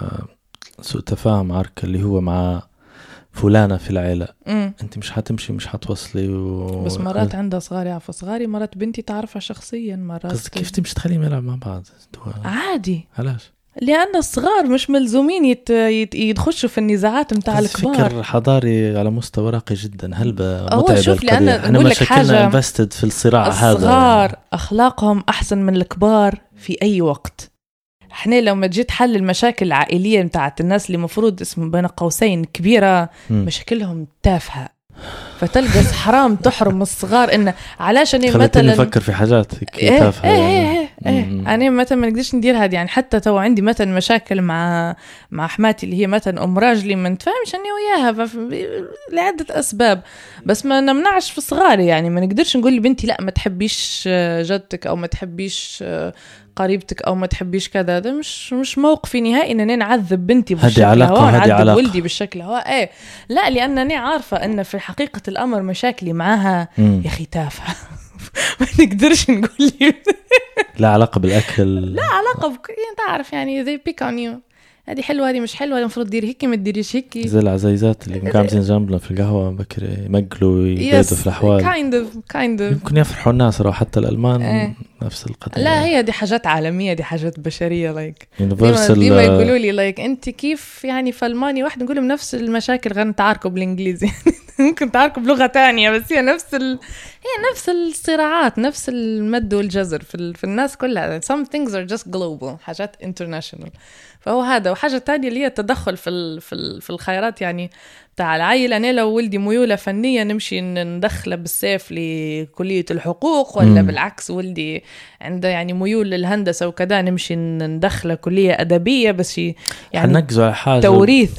سوء تفاهم عرك اللي هو مع فلانة في العيلة مم. أنت مش حتمشي مش حتوصلي و... بس مرات عندها صغاري عفوا صغاري مرات بنتي تعرفها شخصيا مرات كيف تمشي تخليهم يلعب مع بعض عادي علاش لأن الصغار مش ملزومين يت... يت... يدخشوا في النزاعات متاع الكبار. فكر حضاري على مستوى راقي جدا هلبة متعبة القضية احنا مشاكلنا انفستد في الصراع هذا. الصغار أخلاقهم أحسن من الكبار في أي وقت. احنا لو ما جيت حل المشاكل العائلية متاعت الناس اللي مفروض اسم بين قوسين كبيرة م. مشاكلهم تافهة فتلقى حرام تحرم الصغار إنه علاش أنا خلتني مثلا أفكر في حاجات هيك إيه تافهة إيه يعني. إيه إيه إيه. أنا مثلا ما نقدرش ندير هذا يعني. حتى تو عندي مثلا مشاكل مع مع حماتي اللي هي مثلا أم راجلي ما نتفاهمش أنا وياها فف- لعدة أسباب، بس ما نمنعش في صغاري يعني. ما نقدرش نقول لبنتي لا ما تحبيش جدتك أو ما تحبيش قريبتك أو ما تحبيش كذا. ده مش مش موقفي نهائي إن أنا نعذب بنتي بالشكل علاقة هو وهذه نعذب علاقة. ولدي بالشكل هو. إيه لا، لأنني عارفة أن في حقيقة الأمر مشاكلي معها مم. يا أخي تافهة. ما نقدرش نقول لي لا علاقة بالأكل. لا علاقة بك... انت عارف يعني they pick on you. هذه حلوة هذه مش حلوة، هذه المفروض تدير هيك ما تديريش هيك. زي العزيزات اللي كانوا عاملين جنبنا في القهوة بكر يمقلوا ويبيدوا في الأحوال. kind of kind of يمكن يفرحوا الناس أو حتى الألمان ايه. نفس القضية. لا هي دي حاجات عالمية، دي حاجات بشرية like Universal. ديما يقولوا لي like انت كيف يعني في ألمانيا واحد نقول لهم نفس المشاكل غير نتعاركوا بالإنجليزي. ممكن تعاركوا بلغة تانية بس هي نفس ال... هي نفس الصراعات نفس المد والجزر في, ال... في الناس كلها. some things are just global، حاجات international. فهو هذا. وحاجة تانية اللي هي التدخل في ال... في, ال... في الخيارات يعني بتاع العائلة. أنا لو ولدي ميولة فنية نمشي ندخله بالسيف لكلية الحقوق، ولا مم. بالعكس ولدي عنده يعني ميول للهندسة وكذا نمشي ندخله كلية أدبية بس يعني حنقزوا على حاجة توريث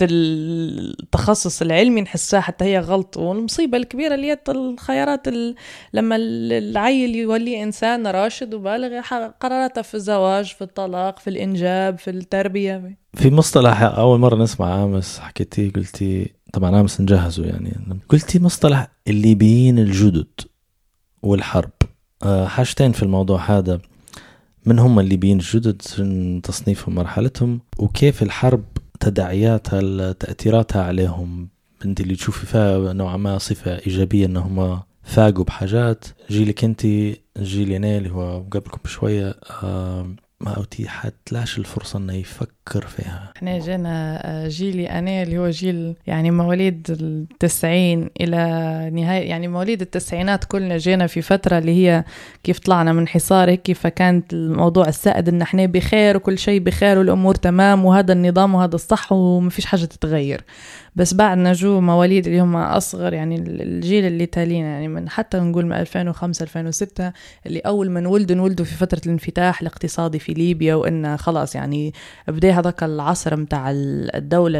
التخصص العلمي نحسها حتى هي غلط. والمصيبة الكبيرة اللي هي الخيارات ال... لما العيل يولي إنسان راشد وبالغ قراراته في الزواج في الطلاق في الإنجاب في التربية. في مصطلح أول مرة نسمع أمس حكيتي قلتي طبعا أمس نجهزه يعني قلتي مصطلح الليبيين الجدد والحرب. أه حاجتين في الموضوع هذا، من هم الليبيين الجدد تصنيفهم مرحلتهم وكيف الحرب تداعياتها تأثيراتها عليهم. انت اللي تشوفي فيها نوعا ما صفة إيجابية أنهم فاقوا بحاجات جيلك انت جيل ينال اللي هو قبلكم بشوية أه ما أتيحت لاش الفرصة أنه يفكر فيها. احنا جينا جيلي أنا اللي هو جيل يعني مواليد التسعين إلى نهاية يعني مواليد التسعينات كلنا جينا في فترة اللي هي كيف طلعنا من حصار هيك، فكانت الموضوع السائد إن احنا بخير وكل شيء بخير والأمور تمام وهذا النظام وهذا الصح ومفيش حاجة تتغير. بس بعد نجو مواليد اللي هم أصغر يعني الجيل اللي تالينا يعني من حتى نقول من ألفين وخمسة ألفين وستة اللي أول من ولدوا نولدوا في فترة الانفتاح الاقتصادي في ليبيا، وإن خلاص يعني بدأ هذاك العصر متاع الدولة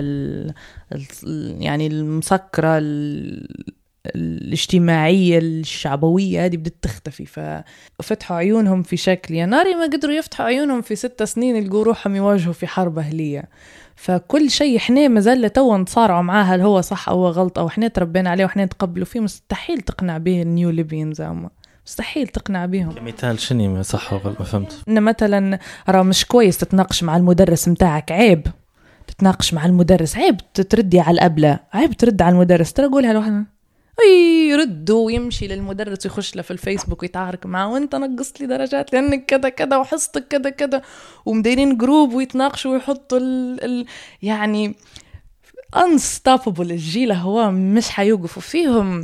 يعني المسكرة الاجتماعية الشعبوية هذه بدأت تختفي. ففتحوا عيونهم في شكل يا ناري ما قدروا يفتحوا عيونهم في ستة سنين يلقوا روحهم يواجهوا في حرب أهلية. فكل شيء احنا مازال تو نتصارعوا معاه هل هو صح او غلط او احنا تربينا عليه واحنا نتقبلوا فيه. مستحيل تقنع به النيو ليبينز، مستحيل تقنع بهم. كمثال شني ما صح وغلط ما فهمت. ان مثلا راه مش كويس تتناقش مع المدرس متاعك، عيب تتناقش مع المدرس، عيب تردي على الأبلة، عيب ترد على المدرس. ترى قولها لوحدها اي يرد ويمشي للمدرس يخش له في الفيسبوك ويتعارك معه وانت نقصت لي درجات لانك كذا كذا وحصتك كذا كذا، ومديرين جروب ويتناقشوا ويحطوا ال ال يعني unstoppable. الجيل هو مش حيوقفوا فيهم،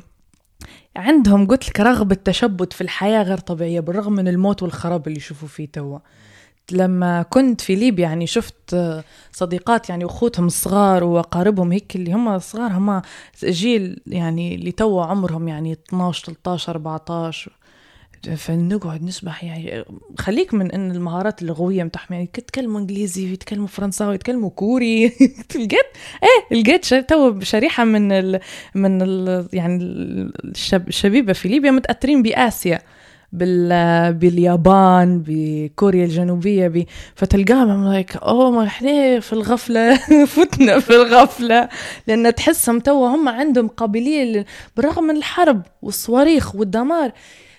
عندهم قلت لك رغبة تشبت في الحياة غير طبيعية بالرغم من الموت والخراب اللي يشوفوا فيه توا. لما كنت في ليبيا يعني شفت صديقات يعني أخوتهم الصغار وقاربهم هيك اللي هم صغار هم جيل يعني اللي توا عمرهم يعني اثناشر ثلاثة عشر أربعة عشر، فنقعد نسبح يعني خليك من ان المهارات اللغويه متاعهم يعني يتكلموا انجليزي ويتكلموا فرنساوي ويتكلموا كوري. لقيت ايه لقيت تو شريحه من ال من ال يعني الشب الشبيبه في ليبيا متاثرين باسيا بال باليابان بكوريا الجنوبيه بي فتلقاهم لايك اوه ما احنا في الغفله فتنا في الغفله لان تحسهم تو هم عندهم قابليه بالرغم من الحرب والصواريخ والدمار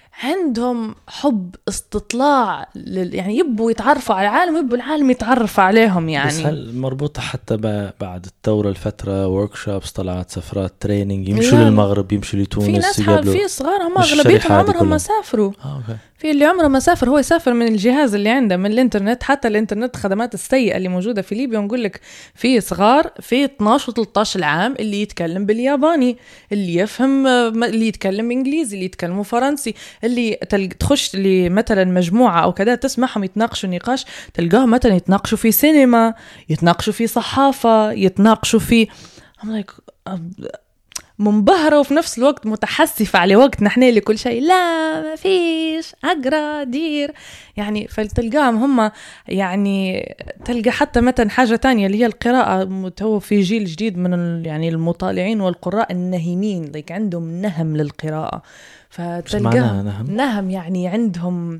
عندهم حب استطلاع لل... يعني يبوا يتعرفوا على العالم يبوا العالم يتعرف عليهم يعني. بس هل مربوطة حتى ب... بعد الثورة الفترة وركشوبس طلعت سفرات تريننج يمشوا يعني للمغرب يمشوا لتونس في ناس حال في صغار هم أغلبيتهم عمرهم ما سافروا. آه، أوكي. في اللي عمره ما سافر هو يسافر من الجهاز اللي عنده من الانترنت، حتى الانترنت خدمات السيئة اللي موجودة في ليبيا. ونقول لك في صغار في اثناشر وثلاثة عشر عام اللي يتكلم بالياباني اللي يفهم اللي يتكلم انجليزي اللي يتكلموا فرنسي اللي تخش لي مثلا مجموعة او كذا تسمعهم يتناقشوا نقاش تلقاهم مثلا يتناقشوا في سينما يتناقشوا في صحافة يتناقشوا في I'm like منبهرة وفي نفس الوقت متحسفة على وقت نحن اللي كل شيء لا ما فيش أقرأ دير يعني. فلتلقاهم هم يعني تلقى حتى مثلا حاجة تانية اللي هي القراءة متو في جيل جديد من يعني المطالعين والقراء النهمين ليك عندهم نهم للقراءة. فتلقاهم نهم؟ نهم يعني عندهم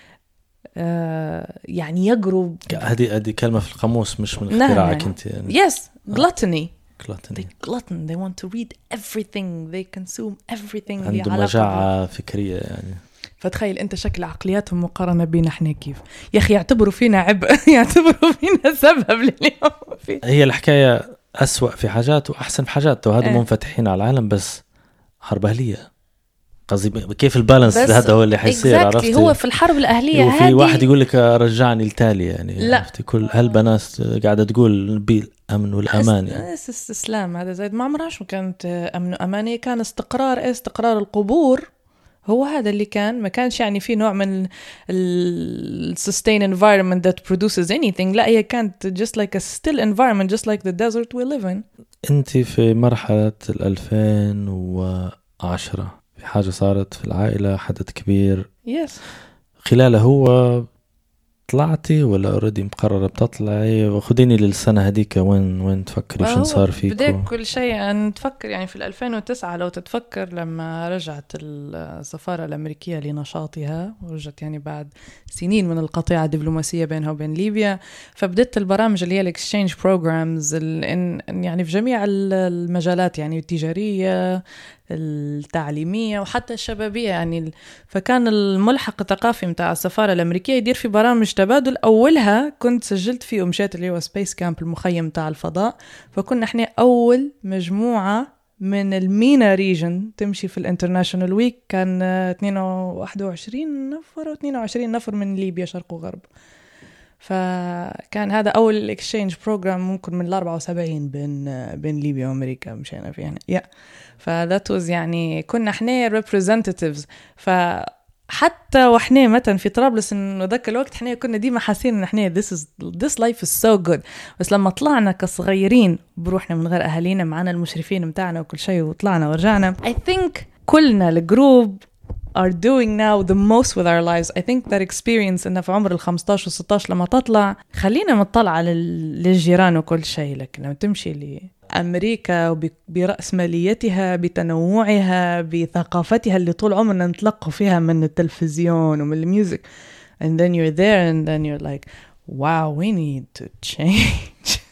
آه يعني يقروا. هذه هذه كلمة في القاموس مش من اختراعك انت يعني. yes gluttony gluttony they glutton they want to read everything they consume everything. عندهم مجاعة فكرية يعني. فتخيل انت شكل عقلياتهم مقارنة بينا احنا كيف يا اخي يعتبروا فينا عبء يعتبروا فينا سبب لليوم في. هي الحكاية أسوأ في حاجات وأحسن في حاجات وهذا اه. منفتحين على العالم بس حرب أهلية قصدي كيف البالانس هذا هو اللي حيصير exactly. عرفتي هو في الحرب الأهلية هذه في واحد يقول لك رجعني لتالي يعني عرفتي كل هالبنات قاعدة تقول بالأمن والأمان يعني استسلام هذا زايد ما عمرهاش كانت أمن وأمان كان استقرار استقرار القبور هو هذا اللي كان ما كانش يعني في نوع من ال sustain environment that produces anything لا هي كانت just like a still environment just like the desert we live in. أنت في مرحلة الألفين وعشرة في حاجة صارت في العائلة حدث كبير yes. خلاله هو طلعتي ولا أوريدي مقررة بتطلعي وخديني للسنة هديك وين وين تفكري شن صار فيك بدأ كل شيء أن تفكر يعني في ألفين وتسعة لو تتفكر لما رجعت السفارة الأمريكية لنشاطها ورجعت يعني بعد سنين من القطيعة الدبلوماسية بينها وبين ليبيا فبدأت البرامج اللي هي الاكسشينج بروجرامز يعني في جميع المجالات يعني التجارية التعليمية وحتى الشبابية يعني. فكان الملحق الثقافي متاع السفارة الأمريكية يدير في برامج تبادل أولها كنت سجلت فيه ومشيت اللي هو سبيس كامب المخيم متاع الفضاء. فكنا احنا أول مجموعة من المينا ريجن تمشي في الانترناشونال ويك كان اثنين وعشرين نفر و اثنين وعشرين نفر من ليبيا شرق وغرب. فكان هذا أول الاكسشينج بروجرام ممكن من الأربعة وسبعين بين بين ليبيا وأمريكا مشينا فيه yeah. فذات was يعني كنا احنا representatives. فحتى وإحنا مثلا في طرابلس إنه ذاك الوقت احنا كنا ديما حاسين إن احنا this is this life is so good. بس لما طلعنا كصغيرين بروحنا من غير أهالينا معنا المشرفين متاعنا وكل شيء وطلعنا ورجعنا I think كلنا الجروب are doing now the most with our lives. I think that experience إنه في عمر الخمستاش وستاش لما تطلع خلينا مطلع للجيران وكل شيء. لكن لما تمشي لأمريكا برأسماليتها بتنوعها بثقافتها اللي طول عمرنا نتلقوا فيها من التلفزيون ومن الميوزك and then you're there and then you're like wow we need to change.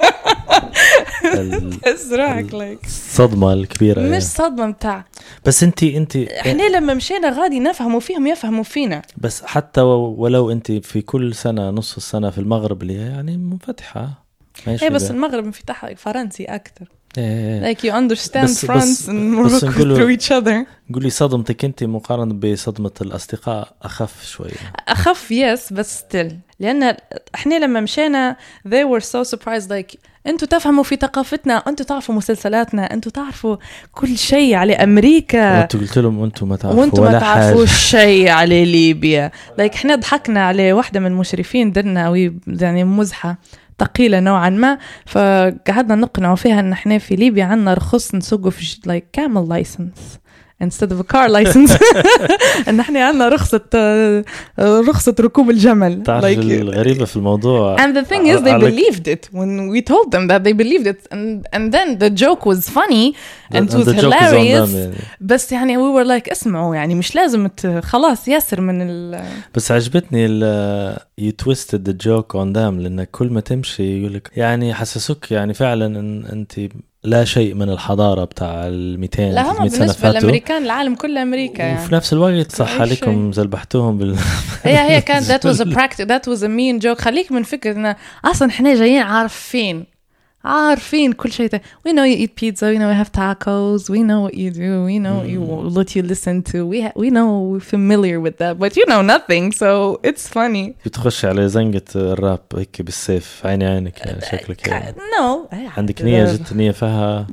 الصدمة الكبيرة مش يعني. صدمة متاع بس انتي انتي احنا لما مشينا غادي نفهموا فيهم يفهموا فينا. بس حتى ولو انتي في كل سنة نص السنة في المغرب اللي يعني منفتحة ايه بس المغرب انفتاح فرنسي اكتر إيه. like you understand بس France بس and Morocco through each other. قولي صدمتك انتي مقارنة بصدمة الأصدقاء أخف شوية. أخف يس بس still لأن احنا لما مشينا they were so surprised like انتوا تفهموا في ثقافتنا انتوا تعرفوا مسلسلاتنا انتوا تعرفوا كل شيء على أمريكا وانتوا قلت لهم انتوا ما تعرفوا وانتوا ما تعرفوا شيء على ليبيا. like احنا ضحكنا على واحدة من المشرفين درنا وي يعني مزحة ثقيلة نوعا ما فقعدنا نقنعوا فيها ان احنا في ليبيا عنا رخص نسوقوا في like camel license instead of a car license. ان احنا عنا رخصة رخصة ركوب الجمل. تعرف like الغريبة في الموضوع and the thing is they believed it when we told them that they believed it and and then the joke was funny and it was hilarious يعني. بس يعني we were like اسمعوا يعني مش لازم خلاص ياسر من ال بس عجبتني ال you twisted the joke on them لأن كل ما تمشي يقولك يعني حسسوك يعني فعلا ان انت لا شيء من الحضارة بتاع المئتين لا هم بالنسبة للأمريكان العالم كله أمريكا يعني. وفي نفس الوقت صح عليكم زلبحتوهم بال هي هي كانت that was a practice that was a mean joke. خليك من فكرة إن أصلا إحنا جايين عارفين عارفين كل شيء. we know you eat pizza, we know you have tacos, we know what you do, we know mm. you what you listen to, we ha- we know we're familiar with that, but you know nothing, so it's funny. بتخش على زنقة الراب هيك بالسيف عيني عينك يعني شكلك يعني. no عندك نية جت نية فيها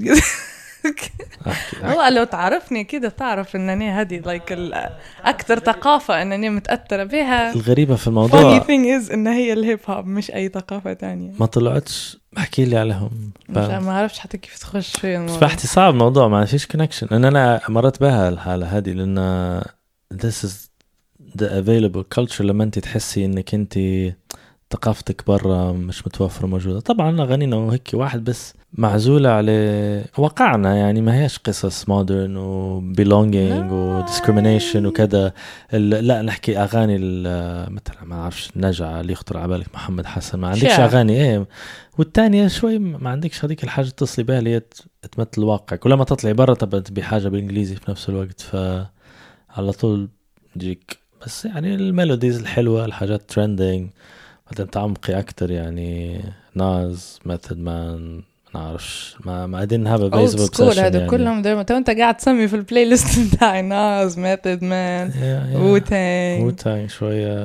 والله لو تعرفني كده تعرف انني هذه like اكثر ثقافة انني متأثرة بها. الغريبة في الموضوع funny thing is ان هي الهيب هوب مش اي ثقافة تانية. ما طلعتش احكي لي عليهم. لا ما عرفتش حتى كيف تخش في الموضوع. صبحتي صعب الموضوع، ما فيش كونكشن. أنا أنا مرت بها الحالة هذه، لأن this is the available culture. لما أنت تحسي إنك أنت ثقافتك برا مش متوفرة موجودة. طبعا أغانينا وهيك واحد بس معزولة على واقعنا، يعني ما هيش قصص modern و belonging و discrimination وكذا. لا نحكي أغاني مثلا ما أعرفش نجعة اللي يخطر على بالك محمد حسن، ما عندكش أغاني إيه. والتانية شوي ما عندكش هذيك الحاجة تصلي بها اللي تمثل الواقع. ولما تطلعي برا تبقى بحاجة بالإنجليزي في نفس الوقت، فعلى طول جيك. بس يعني الميلوديز الحلوة، الحاجات trending بعدين تعمقي أكتر. يعني ناز ميثود مان نعرفش ما ما قاعدين هذا بيز اوبسيشن هذا يعني. كلهم دايما انت قاعد تسمي في البلاي ليست بتاعي ناز ميثود مان وو تانج وو تانج شوية.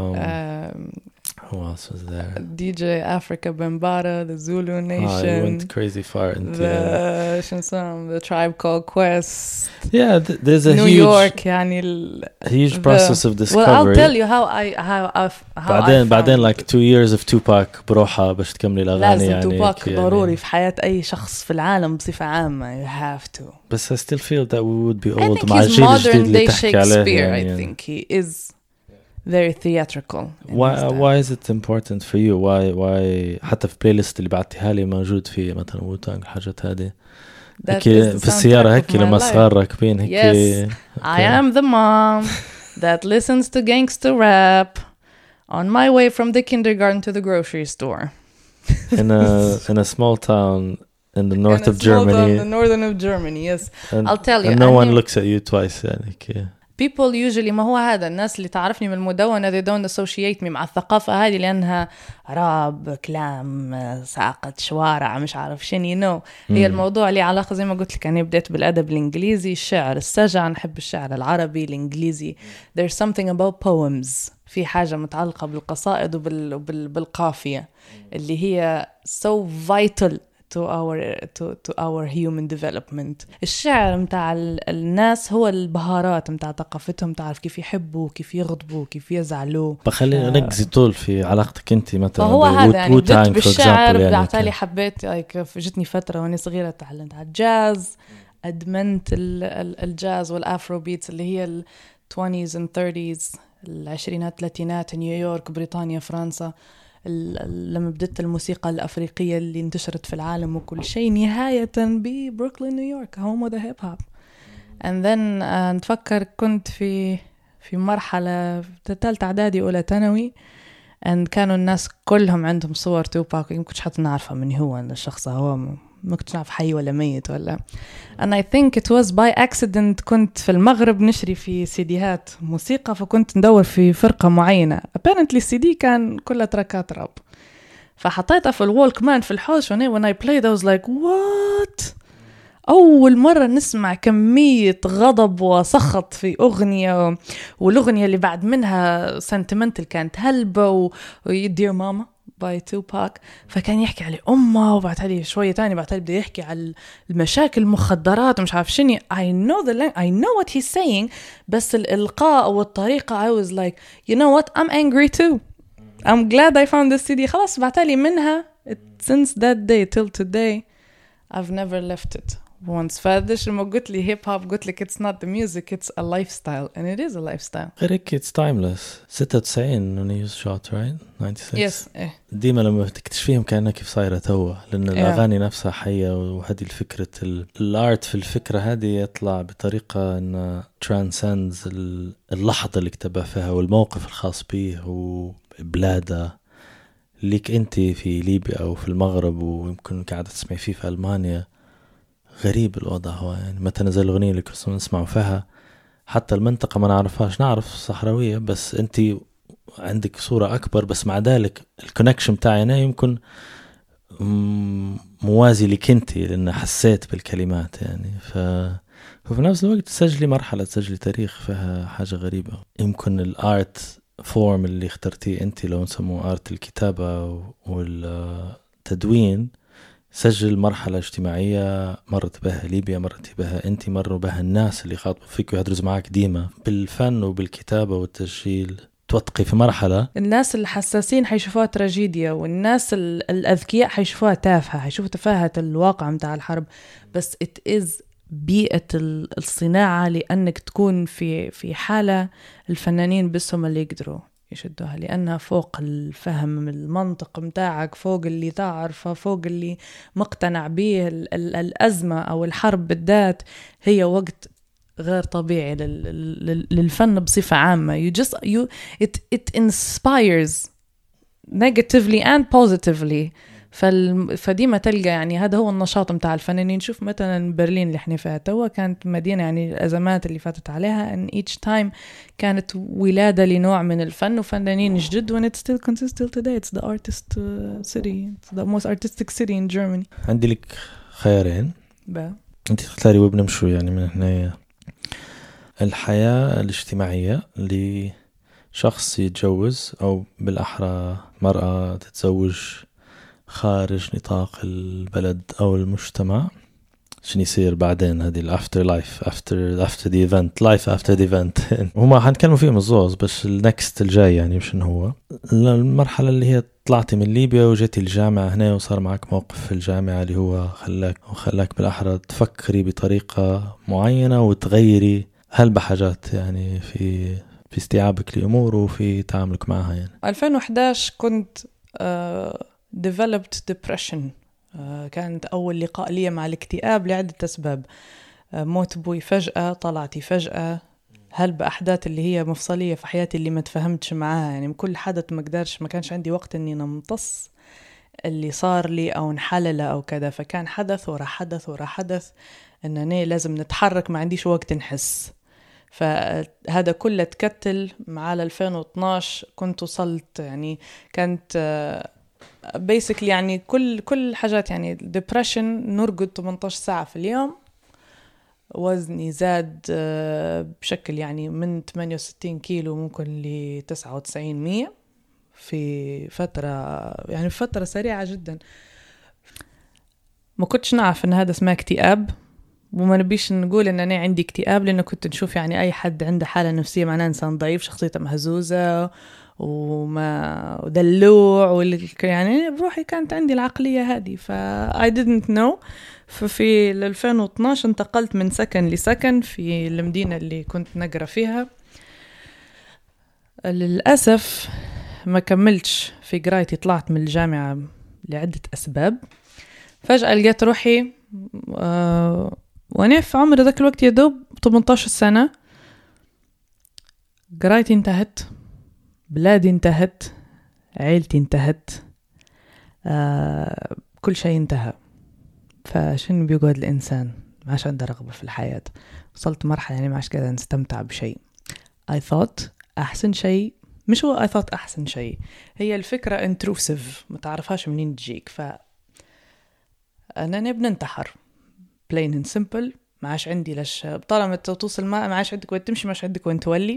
Who else was there? D J Africa Bambaataa, the Zulu Nation. Oh, you went crazy far into the chanson, the Tribe Called Quest. Yeah, th- there's a New huge, York, يعني ال, huge process the, of discovery. Well, I'll tell you how I how how بعدين I بعدين like two years of Tupac بروحها باش تكملي الأغاني. لازم يعني Tupac يعني ضروري في حياة أي شخص في العالم بصفة عامة. You have to. بس I still feel that we would be I old think مع he's الجيل الجديد modern اللي day تحكي عليه. Shakespeare. يعني I think he is very theatrical. Why why is it important for you? Why why حتى في بلاي ليست اللي بعتيها لي موجود في مثلا ووتانج الحاجات هذه هيك في السيارة هيك لما صغار راكبين هيك. Yes, I am the mom that listens to gangster rap on my way from the kindergarten to the grocery store. in a in a small town in the north in of Germany. In the northern of Germany, yes. And, I'll tell you. And no one looks at you twice يعني هيك. People usually ما هو هذا الناس اللي تعرفني من المدونة they don't associate me مع الثقافة هذه لأنها راب كلام ساقط شوارع مش عارف شنو you know. هي الموضوع اللي علاقة زي ما قلت لك أنا بديت بالأدب الإنجليزي الشعر السجع نحب الشعر العربي الإنجليزي. There's something about poems في حاجة متعلقة بالقصائد وبال وبالقافية اللي هي so vital to our to to our human development. الشعر متاع الناس هو البهارات متاع ثقافتهم، تعرف كيف يحبوا كيف يغضبوا كيف يزعلوا. بخلينا ف... نقزي طول في علاقتك انت مثلا فهو هذا يعني بدأت بالشعر يعني بعتالي حبيت like جتني فترة وانا صغيرة تعلمت على الجاز أدمنت الجاز والأفرو بيتس اللي هي ال twenties and thirties العشرينات ثلاثينات نيويورك بريطانيا فرنسا. لما بدت الموسيقى الأفريقية اللي انتشرت في العالم وكل شيء نهاية ببروكلين نيويورك home of the hip hop. and then uh, نتفكر كنت في في مرحلة ثالثة إعدادي أولى ثانوي and كانوا الناس كلهم عندهم صور توباك يمكن كنتش حتى نعرفه من هو الشخص هو ما كنتش نعرف حي ولا ميت ولا. and I think it was by accident كنت في المغرب نشري في سيديهات موسيقى فكنت ندور في فرقة معينة apparently السي دي كان كلها تراكات راب فحطيتها في الوالك مان في الحوش وني when I played I was like what. أول مرة نسمع كمية غضب وسخط في أغنية والأغنية اللي بعد منها sentimental كانت هلبة و Dear Mama by Tupac. فكان يحكي على أمه وبعد لي شوية تاني بعد لي بدأ يحكي على المشاكل المخدرات ومش عارف شني. I know the lang- I know what he's saying بس الإلقاء والطريقة I was like you know what I'm angry too. I'm glad I found this C D. خلاص بعد لي منها it, since that day till today I've never left it once. فادش لما قلت لي هيب هوب قلت لك it's not the music it's a lifestyle and it is a lifestyle. غيرك it's timeless. ستة وتسعين when he was shot right ninety-six. yes إيه. ديما لما تكتشفيهم كأنك كيف صايرة توا لأن yeah. الأغاني نفسها حية وهذه الفكرة الارت في الفكرة هذه يطلع بطريقة إن transcends اللحظة اللي كتبها فيها والموقف الخاص به وبلاده ليك أنت في ليبيا أو في المغرب ويمكن قاعدة تسمعي فيه في ألمانيا. غريب الوضع هو يعني متى نزل الأغنية اللي كنا نسمعوا فيها حتى المنطقة ما نعرفهاش نعرف صحراوية بس أنت عندك صورة أكبر بس مع ذلك الكونكشن بتاعنا يمكن موازي لك أنت لأن حسيت بالكلمات يعني ف... ففي نفس الوقت تسجلي مرحلة تسجلي تاريخ فيها حاجة غريبة. يمكن الارت فورم اللي اخترتيه أنت لو نسموه ارت الكتابة والتدوين سجل مرحلة اجتماعية مرت بها ليبيا مرت بها أنت مروا بها الناس اللي خاطبوا فيك ويهدرزوا معك ديما بالفن وبالكتابة والتسجيل توثقي في مرحلة الناس الحساسين حيشوفوها تراجيديا، والناس الأذكياء حيشوفوها تافهة، حيشوفوا تفاهة الواقع متاع الحرب. بس it is بيئة الصناعة، لأنك تكون في في حالة الفنانين بس هم اللي يقدروا يشدوها، لأنها فوق الفهم المنطق متاعك، فوق اللي تعرفه، فوق اللي مقتنع به. الأزمة أو الحرب بالذات هي وقت غير طبيعي للفن بصفة عامة. you just you it it inspires negatively and positively. فديما تلقى يعني هذا هو النشاط متاع الفنانين. نشوف مثلا برلين اللي احنا فيها توا، كانت مدينة يعني الأزمات اللي فاتت عليها ان each time كانت ولادة لنوع من الفن وفنانين جدد. and it still continues till today. It's the artist city. It's the most artistic city in Germany. عندي لك خيارين با انت تختاري وبنمشوا يعني من هنا. الحياة الاجتماعية لشخص يتجوز أو بالأحرى مرأة تتزوج خارج نطاق البلد أو المجتمع، شن يصير بعدين، هذه الأفتر لايف أفتر أفتر دي إيفنت لايف أفتر دي إيفنت. هما حنتكلموا فيهم الزوز، بس النكست الجاي يعني مش إنه هو المرحلة اللي هي طلعتي من ليبيا وجيتي الجامعة هنا وصار معك موقف في الجامعة اللي هو خلاك وخلاك بالأحرى تفكري بطريقة معينة وتغيري هل بحاجات يعني في في استيعابك لأمور وفي تعاملك معها. يعني ألفين وإحدى عشر كنت uh, developed depression. uh, كانت أول لقاء لي مع الاكتئاب لعدة أسباب. uh, موت بوي فجأة، طلعتي فجأة، هل بأحداث اللي هي مفصلية في حياتي اللي ما تفهمتش معاها. يعني من كل حدث ما قدرش ما كانش عندي وقت إني نمتص اللي صار لي أو نحلله أو كذا. فكان حدث ورا حدث ورا حدث إنني لازم نتحرك، ما عنديش وقت نحس. فهذا كله تكتل مع ألفين واثناشر. كنت وصلت يعني كانت basically يعني كل كل حاجات يعني depression. نرقد ثمانية عشر ساعة في اليوم، وزني زاد بشكل يعني من ثمانية وستين كيلو ممكن ل تسعة وتسعين مية في فترة يعني في فترة سريعة جدا. ما كنتش نعرف ان هذا اسمه اكتئاب، وما نبيش نقول ان انا عندي اكتئاب، لانه كنت نشوف يعني اي حد عنده حالة نفسية معناه انسان ضعيف، شخصيته مهزوزة وما ودلوع وال... يعني بروحي كانت عندي العقلية هذه. ف I didn't know. ففي ألفين واثناشر انتقلت من سكن لسكن في المدينة اللي كنت نقرأ فيها. للأسف ما كملتش في قرايتي، طلعت من الجامعة لعدة أسباب. فجأة لقيت روحي أه وأنا في عمر ذاك الوقت يدوب ثمانية عشر سنة، قرايتي انتهت، بلادي انتهت، عيلتي انتهت، أه كل شيء انتهى. فشنو بيقعد الإنسان؟ ما عاش عنده رغبة في الحياة. وصلت مرحلة يعني ما عاش كذا نستمتع بشيء. I thought أحسن شيء، مش هو I thought أحسن شيء، هي الفكرة intrusive ما تعرفهاش منين تجيك. ف أنا نبي ننتحر plain and simple. ما عاش عندي لش طالما توصل ما ما عاش عندك وين تمشي، ما عاش عندك وين تولي.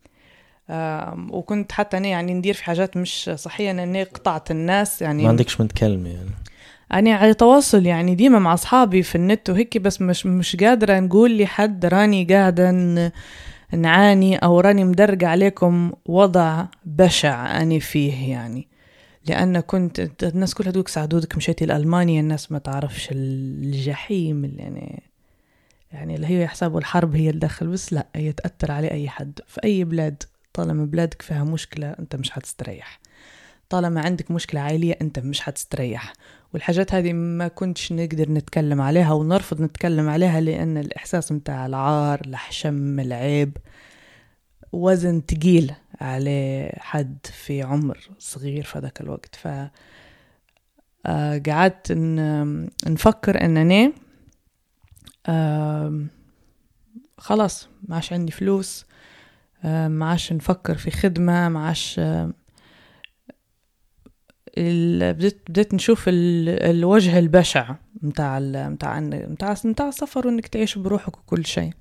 وكنت حتى أنا يعني ندير في حاجات مش صحية، أني قطعت الناس يعني ما عندكش من تكلمي يعني. أنا على تواصل يعني ديما مع أصحابي في النت وهيك، بس مش مش قادرة نقول لي حد راني قاعدة نعاني أو راني مدرج عليكم وضع بشع أنا فيه. يعني لأن كنت الناس كلها تقولك سعدودك مشيتي لألمانيا، الناس ما تعرفش الجحيم اللي يعني يعني اللي هي يحسبوا الحرب هي الدخل، بس لا، هي تأثر على أي حد في أي بلاد. طالما بلادك فيها مشكلة أنت مش هتستريح، طالما عندك مشكلة عائلية أنت مش هتستريح. والحاجات هذه ما كنتش نقدر نتكلم عليها ونرفض نتكلم عليها، لأن الإحساس متاع العار، الحشم، العيب وزن تقيل على حد في عمر صغير في ذاك الوقت. ف قعدت نفكر أنني خلاص ما عاش عندي فلوس، ما عاش نفكر في خدمة، ما عاش بديت بديت نشوف الوجه البشع متاع متاع متاع متاع السفر وانك تعيش بروحك وكل شيء.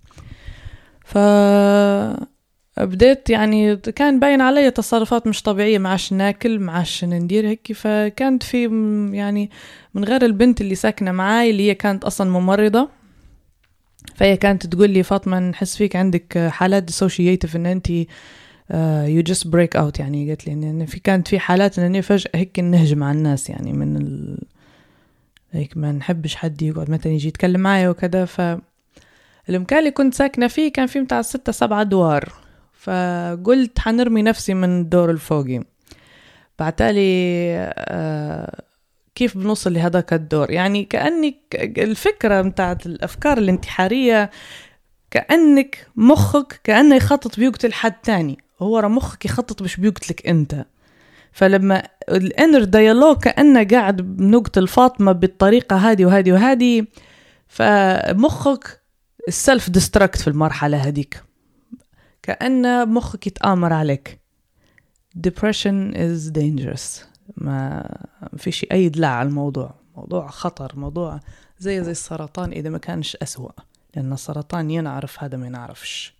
فبديت يعني كان باين علي تصرفات مش طبيعية، ما عاش ناكل، ما عاش ندير هيك. فكانت في يعني من غير البنت اللي ساكنة معاي اللي هي كانت أصلا ممرضة، فهي كانت تقول لي فاطمة نحس فيك عندك حالات dissociative، ان انتي uh, you just break out. يعني قلت لي إن في كانت في حالات إنني فجأة هيك نهجم على الناس يعني من ال... هيك ما نحبش حد يقعد مثلا يجي يتكلم معي وكذا. فالمكان اللي كنت ساكنة فيه كان فيه متاع ستة سبعة أدوار، فقلت حنرمي نفسي من الدور الفوقي. بعتالي آه كيف بنوصل لهذاك الدور؟ يعني كأنك الفكرة متاعت الأفكار الانتحارية كأنك مخك كأنه يخطط بيقتل حد تاني، هو را مخك يخطط مش بيقتلك أنت. فلما الانر ديالوج كأنه قاعد بنقتل فاطمة بالطريقة هذه وهذه وهذه، فمخك السلف ديستركت في المرحلة هذيك، كأن مخك يتآمر عليك. depression is dangerous. ما في شيء أي دلع على الموضوع، موضوع خطر، موضوع زي زي السرطان إذا ما كانش أسوأ، لأن السرطان ينعرف هذا ما ينعرفش.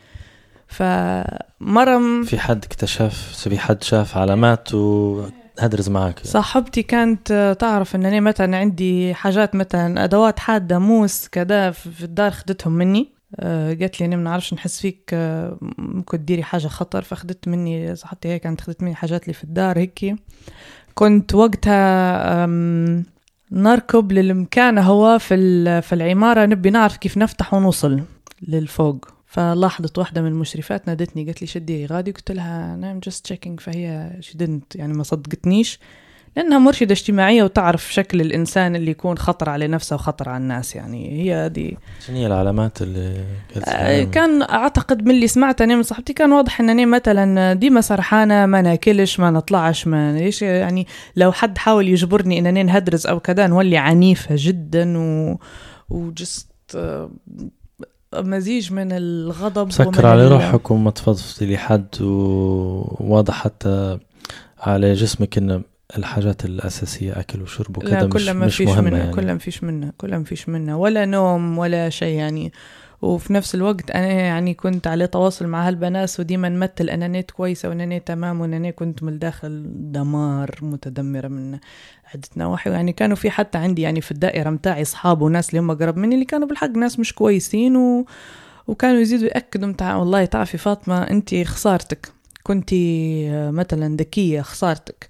فمرة في حد اكتشف، في حد شاف علامات وهدرز معك؟ صاحبتي كانت تعرف أنني مثلا عندي حاجات مثلا أدوات حادة موس كذا في الدار، خدتهم مني. قالت لي أنا ما نعرفش نحس فيك، ممكن تديري حاجة خطر. فأخذت مني صاحبتي هيك كانت أخذت مني حاجات اللي في الدار هيك. كنت وقتها نركب للمكان هو في في العمارة، نبي نعرف كيف نفتح ونوصل للفوق. فلاحظت واحدة من المشرفات نادتني قالت لي شدي غادي، قلت لها I'm just checking. فهي شدنت يعني ما صدقتنيش، لأنها مرشدة اجتماعية وتعرف شكل الإنسان اللي يكون خطر على نفسه وخطر على الناس. يعني هي دي شنو هي العلامات اللي آه كان أعتقد من اللي سمعت أنا من صاحبتي كان واضح أنني مثلا ديما سرحانة، ما ناكلش، ما نطلعش، ما ليش يعني لو حد حاول يجبرني أنني نهدرز أو كذا نولي عنيفة جدا و وجست آه مزيج من الغضب سكر على روحك وما تفضفضي لحد، وواضح حتى على جسمك إن الحاجات الأساسية أكل وشرب وكذا مش, مش مهمة يعني. كلها مفيش منها كلها مفيش منها ولا نوم ولا شيء يعني. وفي نفس الوقت أنا يعني كنت على تواصل مع هالبنات وديما نمثل أنني كويسة وأنني تمام، وأنني كنت من الداخل دمار متدمرة من عدة نواحي. يعني كانوا في حتى عندي يعني في الدائرة متاعي أصحاب وناس اللي هم قرب مني اللي كانوا بالحق ناس مش كويسين و... وكانوا يزيدوا يأكدوا متاع والله تعرفي فاطمة أنتي خسارتك، كنتي مثلا ذكية خسارتك،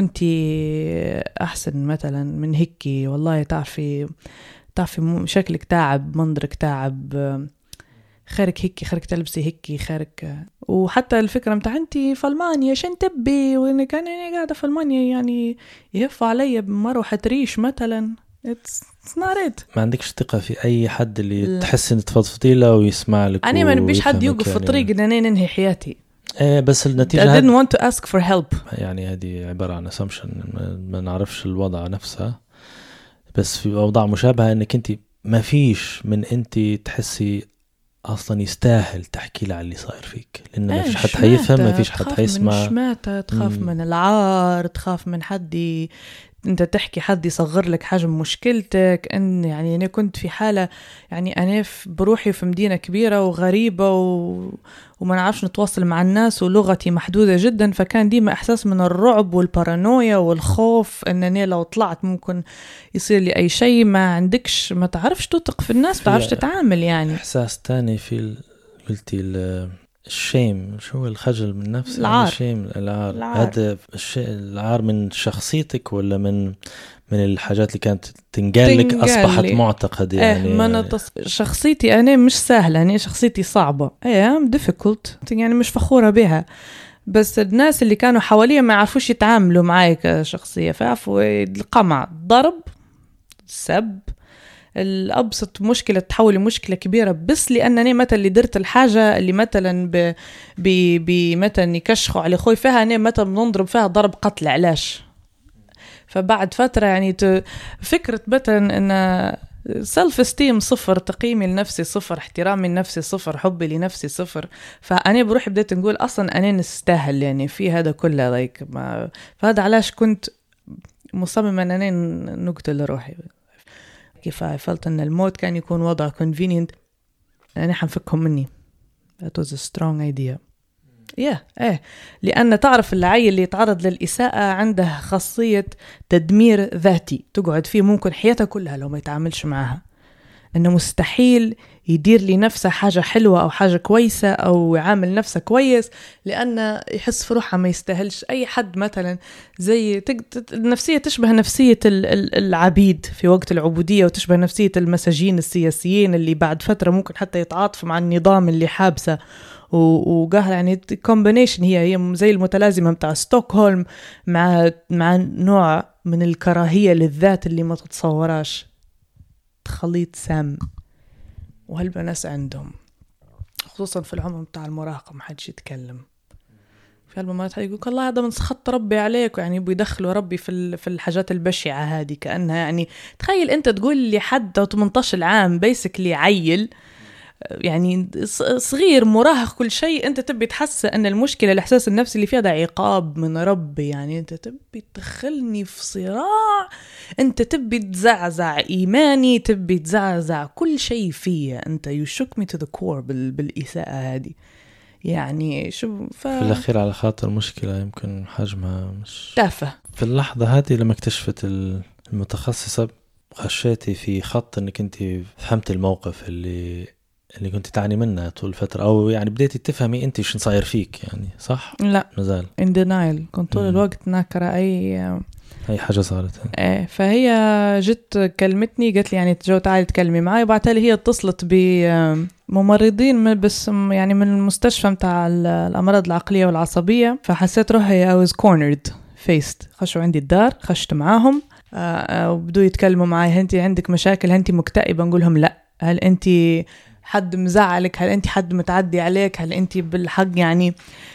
كنتي أحسن مثلا من هيك، والله تعرفي تعرفي شكلك تعب، منظرك تعب، خارك هيك، خارك تلبسي هيك، خارك. وحتى الفكرة متاع أنتي في ألمانيا شن تبي، وأنا كان يعني قاعدة في ألمانيا يعني يهف علي بمروحة ريش مثلا. It's not it. ما عندكش ثقة في أي حد اللي لا. تحس إن تفضفضي له ويسمع لك؟ أنا ما نبيش حد يوقف يعني في الطريق إن أنا ننهي حياتي. إيه بس النتيجة I didn't want to ask for help. يعني هذه عبارة عن assumption، ما نعرفش الوضع نفسه، بس في أوضاع مشابهة إنك أنت ما فيش من أنت تحسي أصلا يستاهل تحكي له على اللي صاير فيك، لأن ما فيش حد حيفهم، ما فيش حد حيسمع. تخاف من شماتة، تخاف مم. من العار، تخاف من حد انت تحكي حد يصغر لك حجم مشكلتك. ان يعني انا كنت في حالة يعني انا بروحي في مدينة كبيرة وغريبة و... وما نعرفش نتواصل مع الناس ولغتي محدودة جدا، فكان ديما احساس من الرعب والبارانويا والخوف انني لو طلعت ممكن يصير لي اي شيء. ما عندكش ما تعرفش تثق في الناس، ما تعرفش تتعامل. يعني احساس تاني في ال... قلتي ال... الشيم، شو الخجل من نفسك؟ العار. الشيم، العار. هذا الشيء العار من شخصيتك ولا من من الحاجات اللي كانت تنقال لك أصبحت معتقد يعني؟ إيه ما نتص... شخصيتي أنا مش سهلة، أنا شخصيتي صعبة، إيه difficult يعني مش فخورة بها، بس الناس اللي كانوا حواليا ما يعرفوش يتعاملوا معي كشخصية، فعفوا القمع، ضرب، سب، الأبسط مشكلة تحول لمشكلة كبيرة بس لأنني مثلا اللي درت الحاجة اللي مثلا ب ب ب مثلا يكشخوا على خوي فيها، أنا مثلا بنضرب فيها ضرب قتل علاش. فبعد فترة يعني ت... فكرة مثلا أن سيلف استيم صفر، تقييمي لنفسي صفر، احترامي لنفسي صفر، حبي لنفسي صفر. فأنا بروحي بديت نقول أصلا أنا نستاهل يعني في هذا كله لايك ما... فهذا علاش كنت مصممة أن أنا نقتل روحي. كيف فلت أن الموت كان يكون وضع convenient أنا حنفكهم مني. That was a strong idea. yeah. إيه لأن تعرف العيل اللي يتعرض للإساءة عنده خاصية تدمير ذاتي تقعد فيه ممكن حياته كلها لو ما يتعاملش معها. أنه مستحيل يدير لي نفسه حاجة حلوة أو حاجة كويسة أو يعامل نفسه كويس، لأنه يحس في روحه ما يستاهلش. أي حد مثلا زي النفسية تشبه نفسية العبيد في وقت العبودية، وتشبه نفسية المساجين السياسيين اللي بعد فترة ممكن حتى يتعاطف مع النظام اللي حابسه، وقهر يعني كومبينيشن. هي هي زي المتلازمة متاع ستوكهولم مع مع نوع من الكراهية للذات اللي ما تتصوراش، خليط سام. وهالبناس عندهم خصوصا في العمر متاع المراهقة ما حدش يتكلم في هالمرات، يقول الله هذا من سخط ربي عليك، يعني يبوا يدخلوا ربي في في الحاجات البشعة هذه. كأنها يعني تخيل أنت تقول لي حد ثمانية عشر عام بيسكلي عيل يعني صغير مراهق كل شيء، أنت تبي تحس أن المشكلة الإحساس النفسي اللي فيها ده عقاب من ربي. يعني أنت تبي تدخلني في صراع، أنت تبي تزعزع إيماني، تبي تزعزع كل شيء فيا. أنت you shook me to the core بالإساءة هذه. يعني شو ف... في الأخير على خاطر مشكلة يمكن حجمها مش تافه. في اللحظة هذه لما اكتشفت المتخصصة خشيتي في خط أنك أنت فهمت الموقف اللي اللي كنت تعاني منه طول الفترة، أو يعني بديتي تفهمي أنت شو صاير فيك، يعني صح؟ لا مازال in denial، كنت طول الوقت ناكرة أي أي حاجة صارت. إيه، فهي جت كلمتني قالت لي يعني جو تعالي تكلمي معي، وبعدها هي اتصلت بممرضين من بس يعني من المستشفى متاع الأمراض العقلية والعصبية، فحسيت روحي I was cornered faced. خشوا عندي الدار، خشت معاهم وبدوا يتكلموا معي. هل أنت عندك مشاكل؟ هل أنت مكتئبة؟ نقولهم لا. هل أنت حد مزعلك؟ هل أنت حد متعدي عليك؟ هل أنت بالحق يعني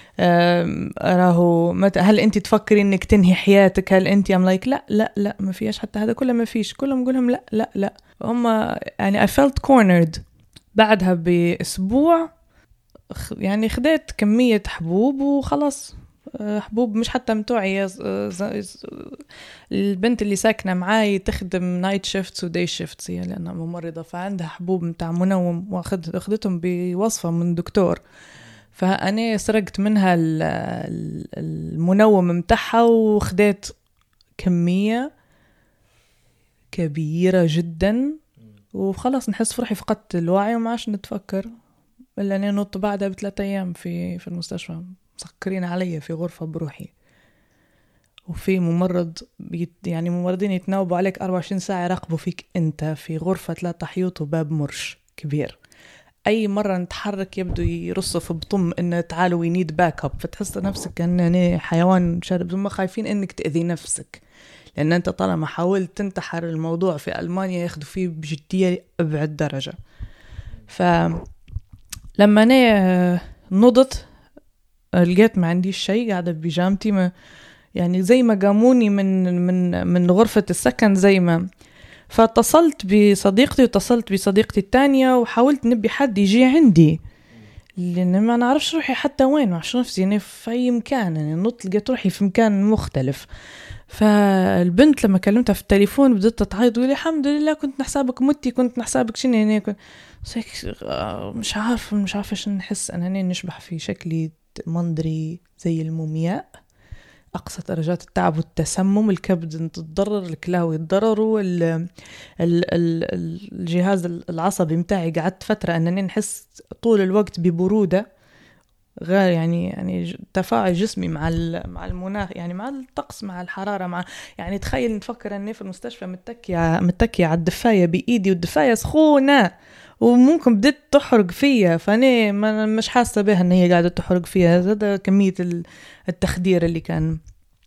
راهو مت... هل أنت تفكري إنك تنهي حياتك؟ هل أنت أم لايك لا لا لا ما فيش حتى هذا كله، ما فيش. كلهم نقولهم لا لا لا. هم يعني I felt cornered. بعدها بأسبوع يعني خديت كمية حبوب وخلاص. حبوب مش حتى متوعي. البنت اللي ساكنة معاي تخدم نايت شيفتس وداي شيفتس هي لأنها ممرضة، فعندها حبوب متاع منوم واخدتهم بوصفة من دكتور، فأنا سرقت منها المنوم متاعها وخديت كمية كبيرة جدا، وخلاص نحس فرحي فقدت الوعي وما عاش نتفكر إلا أني نط بعدها بثلاثة أيام في في المستشفى مسكرين علي في غرفة بروحي. وفي ممرض بيت يعني ممرضين يتناوبوا عليك أربعة وعشرين ساعة يراقبوا فيك أنت في غرفة ثلاثة حيوط وباب مرش كبير. أي مرة نتحرك يبدو يرصوا في بطم إنه تعالوا we need backup، فتحس نفسك أنني حيوان شارب. هم خايفين إنك تأذي نفسك، لأن أنت طالما حاولت تنتحر الموضوع في ألمانيا ياخدوا فيه بجدية أبعد درجة. فلما أنا نضت لقيت ما عنديش شيء، قاعدة ببيجامتي، ما يعني زي ما قاموني من من من غرفة السكن زي ما. فاتصلت بصديقتي واتصلت بصديقتي الثانية وحاولت نبي حد يجي عندي، لأن ما نعرفش روحي حتى وين، ما عرفش نفسي يعني في أي مكان. يعني نط لقيت روحي في مكان مختلف. فالبنت لما كلمتها في التليفون بدأت تعيط تقول لي الحمد لله كنت نحسابك متي، كنت نحسابك شنو يعني. مش عارف مش عارفة شنو نحس أنا هنا نشبح في شكلي منظري زي المومياء، أقصى درجات التعب والتسمم، الكبد تتضرر، الكلاوي يتضرروا، الجهاز العصبي متاعي قعدت فترة أنني نحس طول الوقت ببرودة غير يعني يعني تفاعل جسمي مع مع المناخ، يعني مع الطقس، مع الحرارة، مع يعني تخيل نفكر أني في المستشفى متكية متكية على الدفاية بإيدي والدفاية سخونة وممكن بدأت تحرق فيها، فأنا مش حاسة بها أن هي قاعدة تحرق فيها. هذا كمية التخدير اللي كان.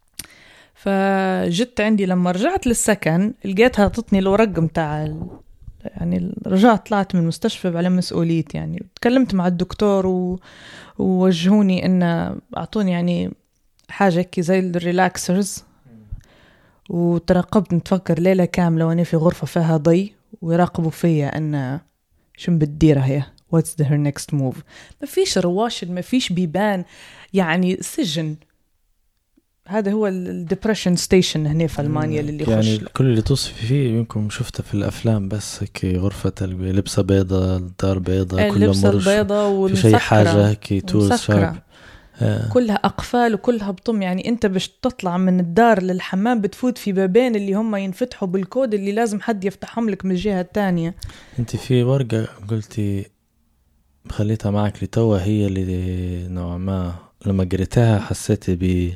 فجدت عندي لما رجعت للسكن لقيتها تطني الورق متاع يعني رجعت طلعت من المستشفى على مسؤوليتي. يعني تكلمت مع الدكتور و... ووجهوني إن أعطوني يعني حاجة كي زي الريلاكسرز، وترقبت نتفكر ليلة كاملة وأنا في غرفة فيها ضي ويراقبوا فيا أن شو بتديرها هي what's the her next move. ما فيش رواشد، ما فيش بيبان، يعني سجن. هذا هو الديبريشن ستيشن هنا في ألمانيا اللي يخش يعني له. كل اللي توصفي فيه يمكن شفته في الأفلام، بس هيك غرفة لبسة بيضة، الدار بيضة، كله لبسة مرش، البيضة في شيء حاجة هيك تولز شارب. آه. كلها أقفال وكلها بطم. يعني أنت باش تطلع من الدار للحمام بتفوت في بابين اللي هم ينفتحوا بالكود اللي لازم حد يفتحهم لك من الجهة الثانية. أنت في ورقة قلتي خليتها معك لتوا، هي اللي نوعا ما لما قريتها حسيتي ب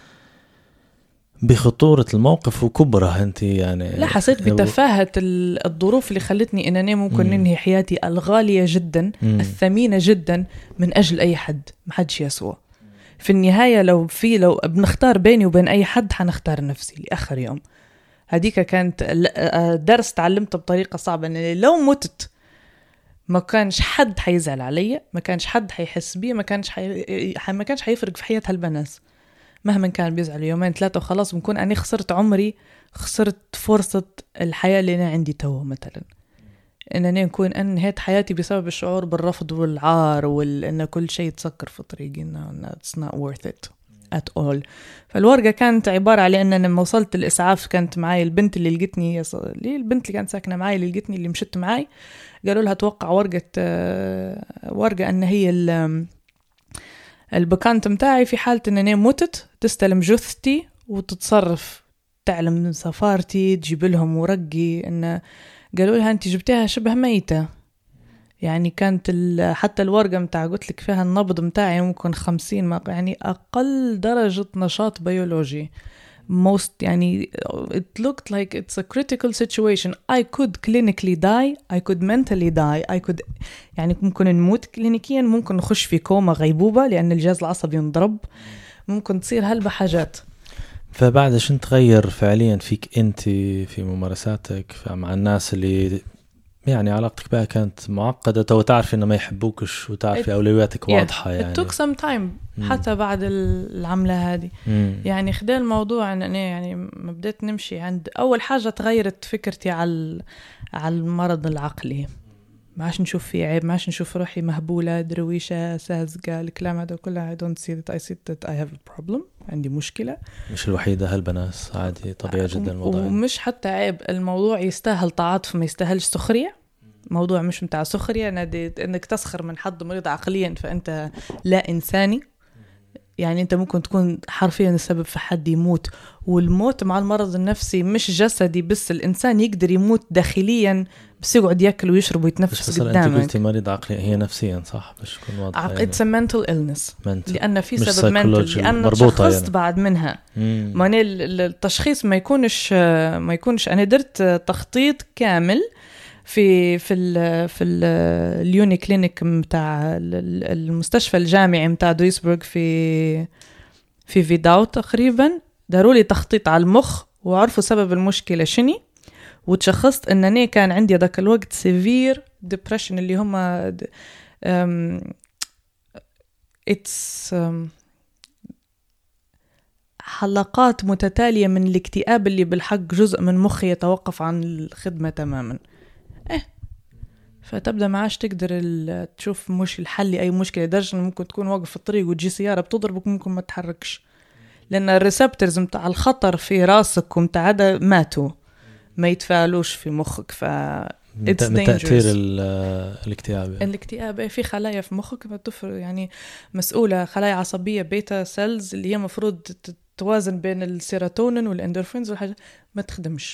بخطورة الموقف وكبرها أنت يعني. لا، حسيت بتفاهة الظروف اللي خلتني إن أنا ممكن مم. ننهي حياتي الغالية جدا مم. الثمينة جدا من أجل أي حد، محدش يسوى. في النهاية لو في لو بنختار بيني وبين أي حد حنختار نفسي لآخر يوم. هديك كانت درس تعلمته بطريقة صعبة، إن لو متت ما كانش حد حيزعل علي، ما كانش حد حيحس بي، ما كانش حي... ما كانش حيفرق في حياة هالبناس مهما كان بيزعل يومين ثلاثة وخلاص. بنكون أنا خسرت عمري، خسرت فرصة الحياة اللي أنا عندي تو مثلا، إن أنا نكون أنهيت حياتي بسبب الشعور بالرفض والعار وإن كل شيء تسكر في طريقي. إنه it's not worth it at all. فالورقة كانت عبارة على أن أنا لما وصلت الإسعاف كانت معي البنت اللي لقيتني، اللي البنت اللي كانت ساكنة معي اللي لقيتني اللي مشت معي، قالوا لها توقع ورقة ورقة أن هي البكانت متاعي في حالة أن أنا متت تستلم جثتي وتتصرف، تعلم سفارتي، تجيب لهم ورقي. إن قالوا لها أنت جبتها شبه ميتة. يعني كانت حتى الورقة متاع قلت لك فيها النبض متاعي ممكن خمسين ما يعني أقل درجة نشاط بيولوجي. most يعني it looked like it's a critical situation. I could clinically die, I could mentally die, I could يعني ممكن نموت كلينيكيا، ممكن نخش في كوما غيبوبة لأن الجهاز العصبي ينضرب، ممكن تصير هلبة حاجات. فبعد شن تغير فعليا فيك أنت في ممارساتك مع الناس اللي يعني علاقتك بها كانت معقدة وتعرف إنه ما يحبوكش وتعرف أولوياتك واضحة؟ yeah, يعني it took some time مم. حتى بعد العملة هذه. مم. يعني خلال الموضوع أن أنا يعني ما بديت نمشي عند أول حاجة تغيرت فكرتي على على المرض العقلي. ما عادش نشوف فيه عيب، ما عادش نشوف روحي مهبولة درويشة ساذجة، الكلام هذا كله I don't see that I see that I have a problem، عندي مشكلة. مش الوحيدة هالبناس، عادي طبيعي جدا الموضوع. ومش حتى عيب، الموضوع يستاهل تعاطف ما يستاهلش سخرية. موضوع مش متاع سخرية انك تسخر من حد مريض عقليا فانت لا انساني. يعني انت ممكن تكون حرفيا السبب في حد يموت، والموت مع المرض النفسي مش جسدي بس، الانسان يقدر يموت داخليا بس يقعد ياكل ويشرب ويتنفس قدامك. انت قلتي مريض عقلي، هي نفسيا صح باش تكون واضحة؟ عق... it's a mental illness mental. لأن في سبب mental، لأن تشخصت يعني. بعد منها ما التشخيص ما يكونش ما يكونش أنا درت تخطيط كامل في في ال في ال اليوني كلينيك متاع المستشفى الجامعي متاع دويسبورغ في في فيداو تقريبا. داروا لي تخطيط على المخ وعرفوا سبب المشكلة شني، وتشخصت أنني كان عندي ذاك الوقت severe depression اللي هما um, it's um, حلقات متتالية من الاكتئاب اللي بالحق جزء من مخي يتوقف عن الخدمة تماما. إيه فتبدأ معاش تقدر تشوف مش الحل لأي مشكلة، درجة ممكن تكون واقف في الطريق وتجي سيارة بتضربك ممكن ما تحركش، لأن الريسبترز متاع الخطر في راسك ومتاع هذا ماتوا، ما يتفاعلوش في مخك. ف من تأثير الاكتئاب. الاكتئاب في خلايا في مخك بتفر يعني مسؤولة، خلايا عصبية بيتا سيلز اللي هي مفروض توازن بين السيروتونين والاندورفينز والحاجة ما تخدمش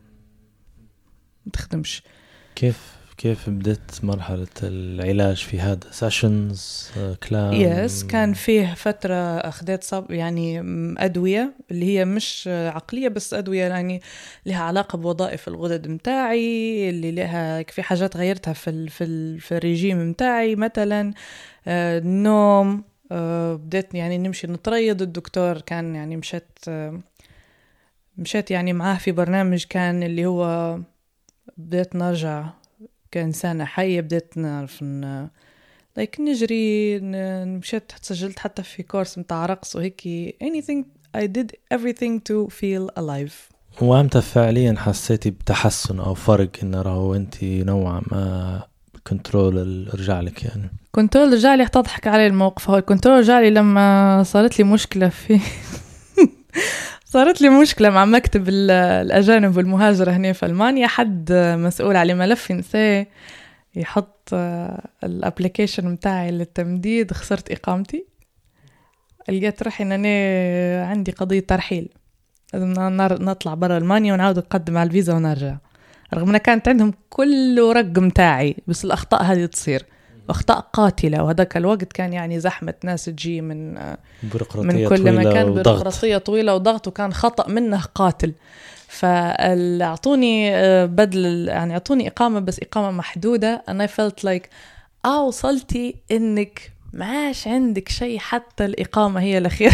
ما تخدمش. كيف كيف بدت مرحلة العلاج في هذا؟ سيشنز كلام؟ يس كان فيه فترة أخذت صب يعني أدوية اللي هي مش عقلية بس أدوية يعني لها علاقة بوظائف الغدد متاعي، اللي لها في حاجات غيرتها في ال في ال في الرجيم متاعي مثلا آه النوم. آه بديت يعني نمشي نتريض. الدكتور كان يعني مشيت آه مشيت يعني معاه في برنامج كان اللي هو بديت نرجع كإنسانة حية، بديت نعرف إن like نجري مشيت سجلت حتى في كورس متاع رقص وهيك anything I did everything to feel alive. وامتى فعليا حسيتي بتحسن أو فرق إن راهو أنت نوعا ما كنترول رجع لك؟ يعني كنترول رجع لي تضحك علي الموقف. هو الكنترول رجع لي لما صارت لي مشكلة في صارت لي مشكلة مع مكتب الأجانب والمهاجرة هنا في ألمانيا. حد مسؤول على ملف ينساه يحط الابليكيشن متاعي للتمديد، خسرت إقامتي لقيت روحي إن أنا عندي قضية ترحيل، لازم نطلع برا ألمانيا ونعود نقدم على الفيزا ونرجع، رغم أن كانت عندهم كل ورق متاعي، بس الأخطاء هذه تصير أخطاء قاتلة. وهذاك الوقت كان يعني زحمة ناس تجي من من كل مكان، بيروقراطية طويلة وضغط، وكان خطأ منه قاتل. فأعطوني بدل يعني أعطوني إقامة، بس إقامة محدودة. and I felt like آه وصلتي إنك معاش عندك شيء، حتى الإقامة هي الأخيرة.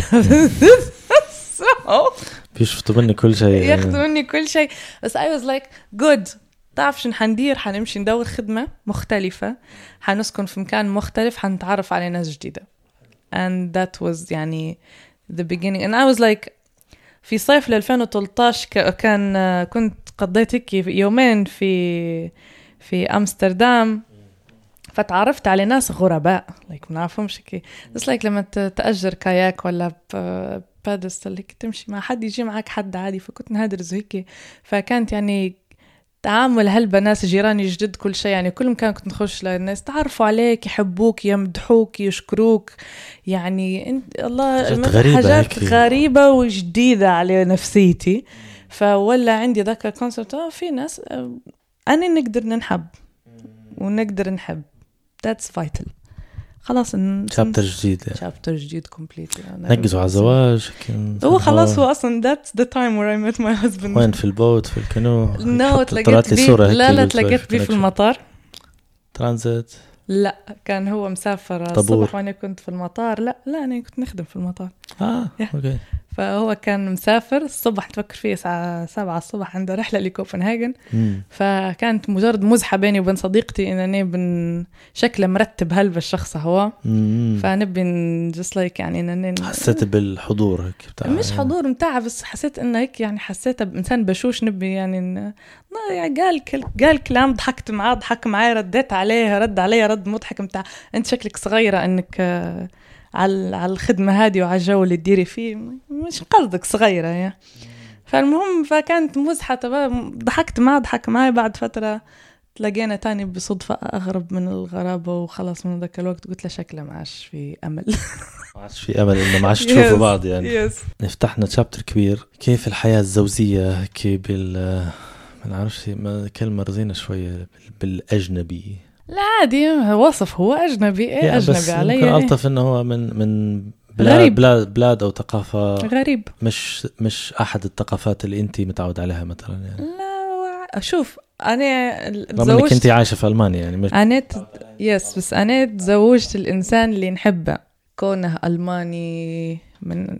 بيشفتوا مني كل شيء، ياخذوا مني كل شيء. بس I was like good، تعرف شو حندير؟ حنمشي ندور خدمة مختلفة، حنسكن في مكان مختلف، حنتعرف على ناس جديدة. and that was يعني the beginning. and I was like في صيف ألفين وثلاثة عشر كان كنت قضيت هيك يومين في في أمستردام، فتعرفت على ناس غرباء like ما نعرفهمش كي بس like لما تأجر كاياك ولا بادستل هيك تمشي مع حد، يجي معك حد عادي، فكنت نهدرز هيك. فكانت يعني تعامل هلبة ناس جيراني جدد كل شيء، يعني كل مكان كنت نخش للناس تعرفوا عليك، يحبوك، يمدحوك، يشكروك، يعني انت الله غريبة حاجات هيك. غريبة وجديدة على نفسيتي. فولا عندي ذاك الكونسبت اه في ناس أنا نقدر ننحب ونقدر نحب، that's vital. خلاص شابتر جديد شابتر جديد completely. نقزوا على الزواج. هو خلاص هو أصلا that's the time where I met my husband. وين في البوت في الكانو؟ no طلعت لي صورة لا لا تلاقيت بيه في المطار ترانزيت. لا كان هو مسافر الصبح وانا كنت في المطار. لا لا انا كنت نخدم في المطار. اه اوكي. فهو كان مسافر الصبح، تفكر فيه الساعة سبعة الصبح عنده رحلة لكوبنهاجن. فكانت مجرد مزحة بيني وبين صديقتي إنني بن شكله مرتب هلبة الشخص هو. فنبي just like يعني إنني حسيت بالحضور هيك بتاع، مش حضور متاع، بس حسيت إنه هيك يعني حسيته بإنسان بشوش. نبي يعني إن يعني قال كل قال كلام، ضحكت معاه ضحك معي، رديت عليه رد عليه رد مضحك متاع. أنت شكلك صغيرة إنك على على الخدمة هذه وعلى الجو اللي تديري فيه، مش قصدك صغيرة يا. فالمهم فكانت مزحة، ضحكت معه ضحك معي. بعد فترة تلاقينا تاني بصدفة أغرب من الغرابة، وخلاص من ذاك الوقت قلت له شكله ما عادش في أمل. ما عادش في أمل إنه ما عادش تشوفوا بعض يعني. yes. نفتحنا شابتر كبير. كيف الحياة الزوجية كيف بال ما نعرفش ما كلمة رزينة شوية بالأجنبي. لا عادي وصف هو أجنبي إيه أجنبي علي. يمكن ألطف إنه هو من من بلاد بلاد, بلاد أو ثقافة غريب، مش مش أحد الثقافات اللي أنتي متعود عليها مثلا يعني. لا شوف أنا رغم إنك أنتي عايشة في ألمانيا يعني مش... أنا ت... يس بس أنا تزوجت الإنسان اللي نحبه، كونه ألماني من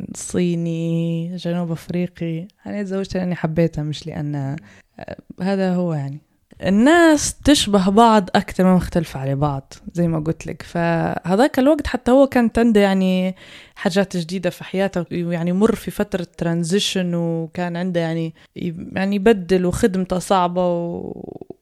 صيني جنوب أفريقي. أنا تزوجت لأني حبيتها مش لأن هذا هو يعني. الناس تشبه بعض أكثر ما مختلفة على بعض زي ما قلت لك. فهذاك الوقت حتى هو كانت عنده يعني حاجات جديدة في حياته، يعني مر في فترة ترانزيشن، وكان عنده يعني يعني يبدل وخدمته صعبة و...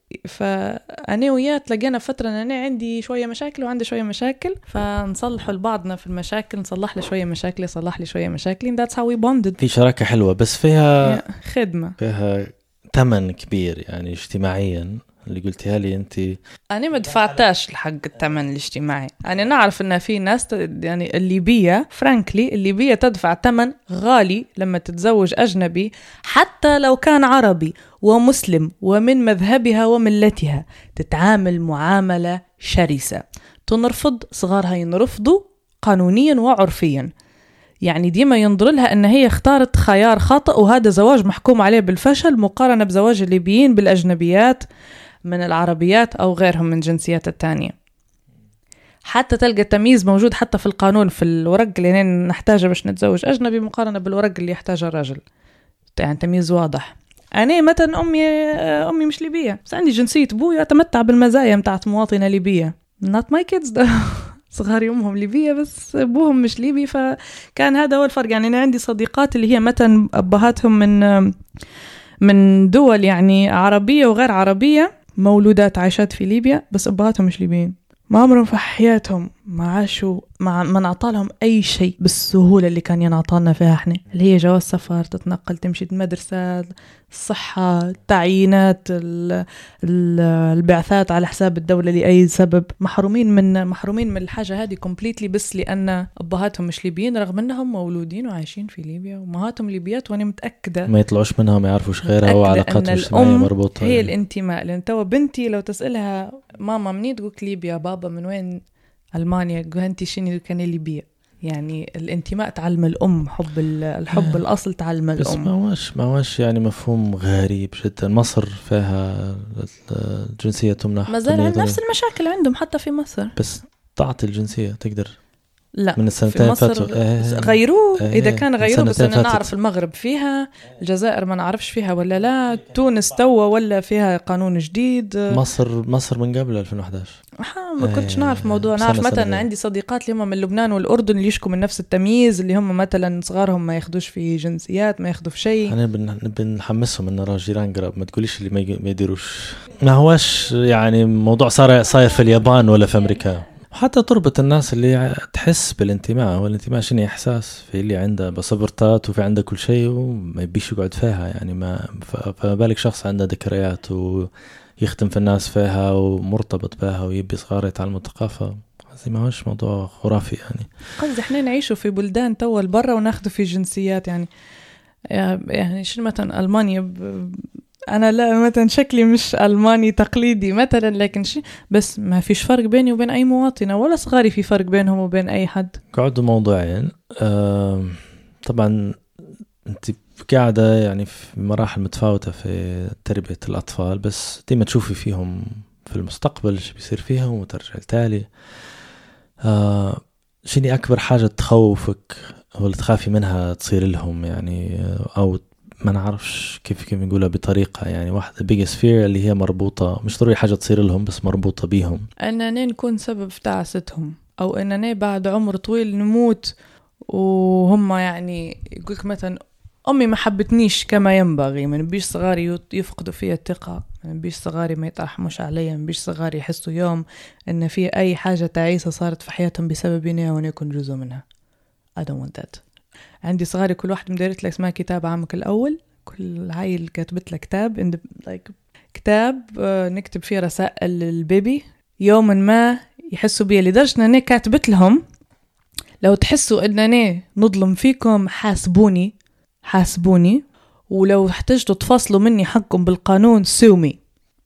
فأنا وياه تلاقينا فترة أن أنا عندي شوية مشاكل وعنده شوية مشاكل، فنصلح لبعضنا في المشاكل، نصلح له شوية مشاكل يصلح لي شوية مشاكل. that's how we bonded. في شراكة حلوة بس فيها خدمة، فيها ثمن كبير يعني اجتماعيا اللي قلتيها لي انت. انا ما دفعتاش الحق الثمن الاجتماعي. انا نعرف ان في ناس يعني الليبيه فرانكلي الليبيه تدفع ثمن غالي لما تتزوج اجنبي، حتى لو كان عربي ومسلم ومن مذهبها وملتها، تتعامل معامله شرسه، تنرفض صغارها ينرفضوا قانونيا وعرفيا. يعني ديما ينظر لها أن هي اختارت خيار خطأ، وهذا زواج محكوم عليه بالفشل مقارنة بزواج الليبيين بالأجنبيات من العربيات أو غيرهم من جنسيات التانية. حتى تلقى تمييز موجود حتى في القانون في الورق اللي نحتاجه باش نتزوج أجنبي مقارنة بالورق اللي يحتاجه الرجل، يعني تمييز واضح. أنا مثلا أمي أمي مش ليبية بس عندي جنسية أبوي، أتمتع بالمزايا متاعت مواطنة ليبية. not my kids ده صغاري أمهم ليبية بس أبوهم مش ليبي. فكان هذا هو الفرق. يعني أنا عندي صديقات اللي هي مثلا أبهاتهم من من دول يعني عربية وغير عربية، مولودات عايشات في ليبيا بس أبهاتهم مش ليبيين، ما عمرهم في حياتهم ما عاشوا ما, ما نعطالهم أي شيء بالسهولة اللي كان ينعطالنا فيها إحنا، اللي هي جواز سفر، تتنقل، تمشي المدرسة، الصحة، التعيينات، البعثات على حساب الدولة لأي سبب. محرومين من محرومين من الحاجة هذه كومبليتلي، بس لأن أبهاتهم مش ليبيين رغم أنهم مولودين وعايشين في ليبيا، ومهاتهم ليبيات. وأنا متأكدة ما يطلعوش منها ما يعرفوش غيرها، وعلاقاتهم الاجتماعية مربوطة هي يعني. الانتماء. لأن توا بنتي لو تسألها ماما منين تقولك ليبيا، بابا من وين ألمانيا، تقول أنتي شيني كان ليبيا. يعني الانتماء تعلم الأم، حب الحب الأصل تعلم الأم. بس ما هوش ما هوش يعني مفهوم غريب جدا. مصر فيها الجنسية تمنح، ما زال نفس المشاكل عندهم حتى في مصر، بس تعطي الجنسية تقدر. لا من السنتين فاتوا اه غيروه اه إذا كان غيروه، بس أنا فاتت. نعرف المغرب فيها، الجزائر ما نعرفش فيها ولا لا، تونس توا ولا فيها قانون جديد. مصر مصر من قبل ألفين وإحدى عشر. ما كنتش نعرف موضوع. نعرف مثلا عندي صديقات اللي هم من لبنان والأردن اللي يشكوا من نفس التمييز، اللي هم مثلا صغارهم ما ياخدوش في جنسيات، ما ياخدوا في شيء. أنا بنحمسهم إن نرى جيران قراب، ما تقوليش اللي ما يديروش. ما هوش يعني موضوع صار صاير في اليابان ولا في أمريكا. حتى تربط الناس اللي تحس بالانتماء، والانتماء شنو إحساس في اللي عنده بصبرتات وفي عنده كل شيء وما يبيش يقعد فيها يعني. ما فبالك شخص عنده ذكريات ويخدم في الناس فيها ومرتبط بها ويبي صغار يتعلموا الثقافة، زي ما هوش موضوع خرافي يعني. قصدي احنا نعيشوا في بلدان تول برا وناخذوا في جنسيات يعني. يعني شنو مثلا ألمانيا ب... أنا لا مثلا شكلي مش ألماني تقليدي مثلا، لكن شيء بس ما فيش فرق بيني وبين أي مواطنة، ولا صغاري في فرق بينهم وبين أي حد. قعدوا موضوعين. أه طبعا أنت قاعدة يعني في مراحل متفاوتة في تربية الأطفال، بس ديما تشوفي فيهم في المستقبل شو بيصير فيهم وترجع التالي. أه شيني أكبر حاجة تخوفك أو اللي تخافي منها تصير لهم يعني، أو ما نعرفش كيف كيف نقولها بطريقة يعني واحدة biggest fear اللي هي مربوطة، مش ضروري حاجة تصير لهم بس مربوطة بيهم، أننا نكون سبب في تعاستهم، أو أننا بعد عمر طويل نموت وهم يعني يقولك مثلا أمي ما حبتنيش كما ينبغي، ما نبيش صغاري يفقدوا فيها الثقة، ما نبيش صغاري ما يترحموش عليا، ما نبيش صغاري يحسوا يوم أن في أي حاجة تعيسة صارت في حياتهم بسببنا وأنا أكون جزء منها. I don't want that. عندي صغاري كل واحد مديرت لك اسمها كتاب عامك الأول، كل عائل كاتبت لك كتاب like كتاب uh, نكتب فيه رسائل للبيبي يوما ما يحسوا بيه، لدرجة أنني كاتبت لهم لو تحسوا أنني نظلم فيكم حاسبوني حاسبوني، ولو احتجتوا تفصلوا مني حقكم بالقانون سومي،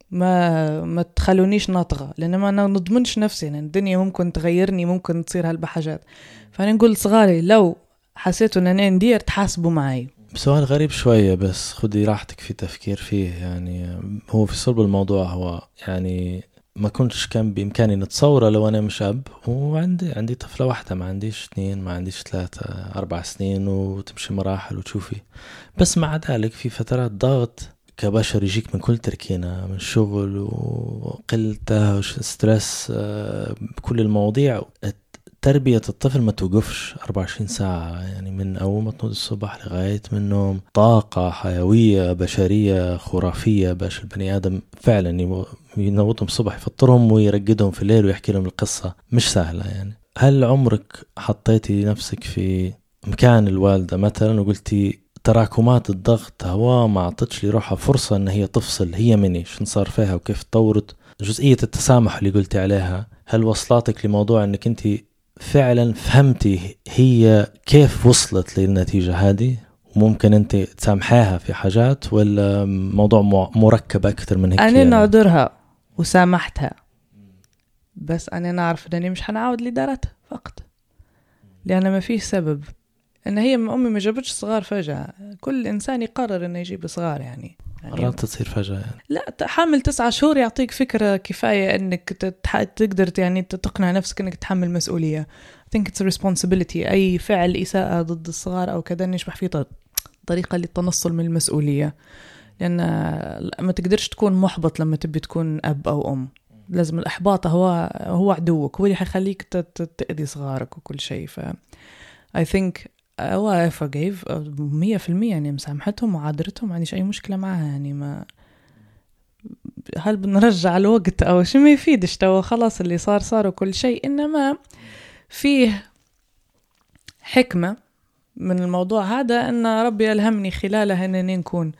ما ما تخلونيش ناطغة، لأن ما أنا نضمنش نفسي يعني الدنيا ممكن تغيرني، ممكن تصير هالبحاجات. فأنا نقول صغاري لو حسيتوا أنني ندير تحاسبوا معي. سؤال غريب شوية بس خدي راحتك في تفكير فيه يعني. هو في صلب الموضوع هو يعني ما كنتش كان بإمكاني نتصوره لو أنا مش أب وعندي عندي طفلة واحدة، ما عنديش اثنين، ما عنديش ثلاثة أربع سنين وتمشي مراحل وتشوفي. بس مع ذلك في فترات ضغط كبشر يجيك من كل تركينة، من شغل وقلته وسترس بكل المواضيع. تربية الطفل ما توقفش أربعة وعشرين ساعة يعني، من أول ما تنوض الصبح لغاية من النوم، طاقة حيوية بشرية خرافية باش البني آدم فعلا ينوضهم الصبح يفطرهم ويرقدهم في الليل ويحكي لهم القصة. مش سهلة يعني. هل عمرك حطيتي نفسك في مكان الوالدة مثلا وقلتي تراكمات الضغط هوا ما عطتش لي روحها فرصة ان هي تفصل هي مني شن صار فيها وكيف تطورت؟ جزئية التسامح اللي قلتي عليها هل وصلتك لموضوع انك انت فعلا فهمتي هي كيف وصلت للنتيجة هذه وممكن انت تسامحيها في حاجات، ولا موضوع مركب اكثر من هيك؟ انا يعني نعذرها وسامحتها، بس انا نعرف انني مش هنعود لدارتها فقط، لان ما فيش سبب ان هي امي ما جابتش صغار فجأة. كل انسان يقرر انه يجيب صغار يعني مرات يعني تصير فجأة يعني. لا حامل تسعة شهور يعطيك فكرة كفاية انك تتح... تقدر يعني تقنع نفسك انك تحمل مسؤولية. I think it's a responsibility. اي فعل اساءة ضد الصغار او كذا نشبح فيه طريقة للتنصل من المسؤولية، لان ما تقدرش تكون محبط لما تبي تكون اب او ام. لازم الاحباط هو هو عدوك، هو اللي حيخليك تأذي صغارك وكل شيء. ف I think أو forgave مية في المية يعني، مسامحتهم وعادرتهم، ما عنديش أي مشكلة معها يعني. ما هل بنرجع الوقت أو شيء ما يفيدش، تو خلاص اللي صار صار وكل شيء. إنما فيه حكمة من الموضوع هذا، أن ربي ألهمني خلالها أنني نكون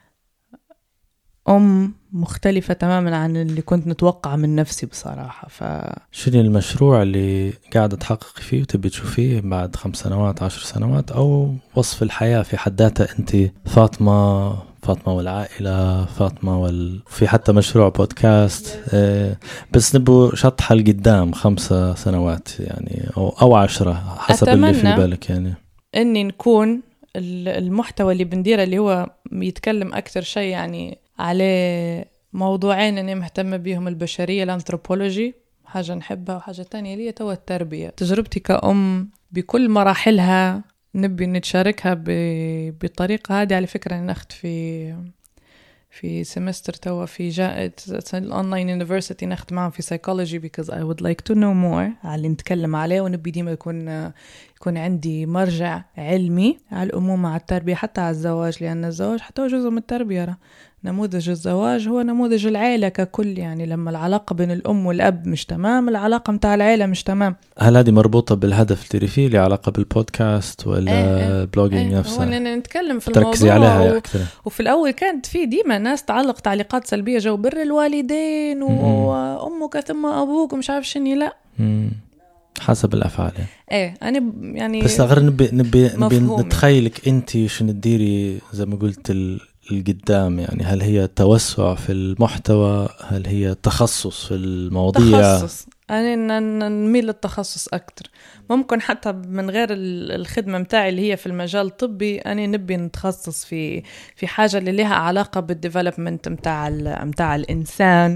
أم مختلفة تماما عن اللي كنت نتوقع من نفسي بصراحة. ف... شنو المشروع اللي قاعدة تحقق فيه وتبي تشوفيه بعد خمس سنوات عشر سنوات، أو وصف الحياة في حد ذاتها أنت فاطمة فاطمة والعائلة فاطمة وال... في حتى مشروع بودكاست اه بس نبو شطحة لقدام خمسة سنوات يعني أو, أو عشرة حسب اللي في بالك، يعني أني نكون المحتوى اللي بنديره اللي هو يتكلم أكتر شيء يعني على موضوعين أنا مهتمة بيهم، البشرية الأنثروبولوجي حاجة نحبها، وحاجة تانية لي توا التربية. تجربتي كأم بكل مراحلها نبي نتشاركها بطريقة هذه. على فكرة أنا أخذت في في سمستر توا في جاء الأونلاين يونيفرسيتي ناخد معهم في psychology because I would like to know more على اللي نتكلم عليه، ونبي ديما يكون يكون عندي مرجع علمي على الأمومة على التربية حتى على الزواج، لأن الزواج حتى هو جزء من التربية. نموذج الزواج هو نموذج العائلة ككل، يعني لما العلاقة بين الأم والأب مش تمام العلاقة متاع العائلة مش تمام. هل هذه مربوطة بالهدف اللي فيه له علاقة بالبودكاست ولا ايه البلوجينج ايه نفسها؟ هو نتكلم في تركزي الموضوع عليها و... أكثر. وفي الأول كانت في ديما ناس تعلق تعليقات سلبية جو بر الوالدين وأمك ثم أبوك ومش عارف شني. لا مم. حسب الأفعال ايه أنا يعني بس غير نبي نبي نبي نتخيلك أنت شنو تديري زي ما قلت ال... القدام، يعني هل هي توسع في المحتوى، هل هي تخصص في المواضيع؟ تخصص أنا نميل للتخصص أكتر. ممكن حتى من غير الخدمة متاعي اللي هي في المجال الطبي أنا نبي نتخصص في في حاجة اللي لها علاقة بالديفلوبمنت متاع متاع الإنسان.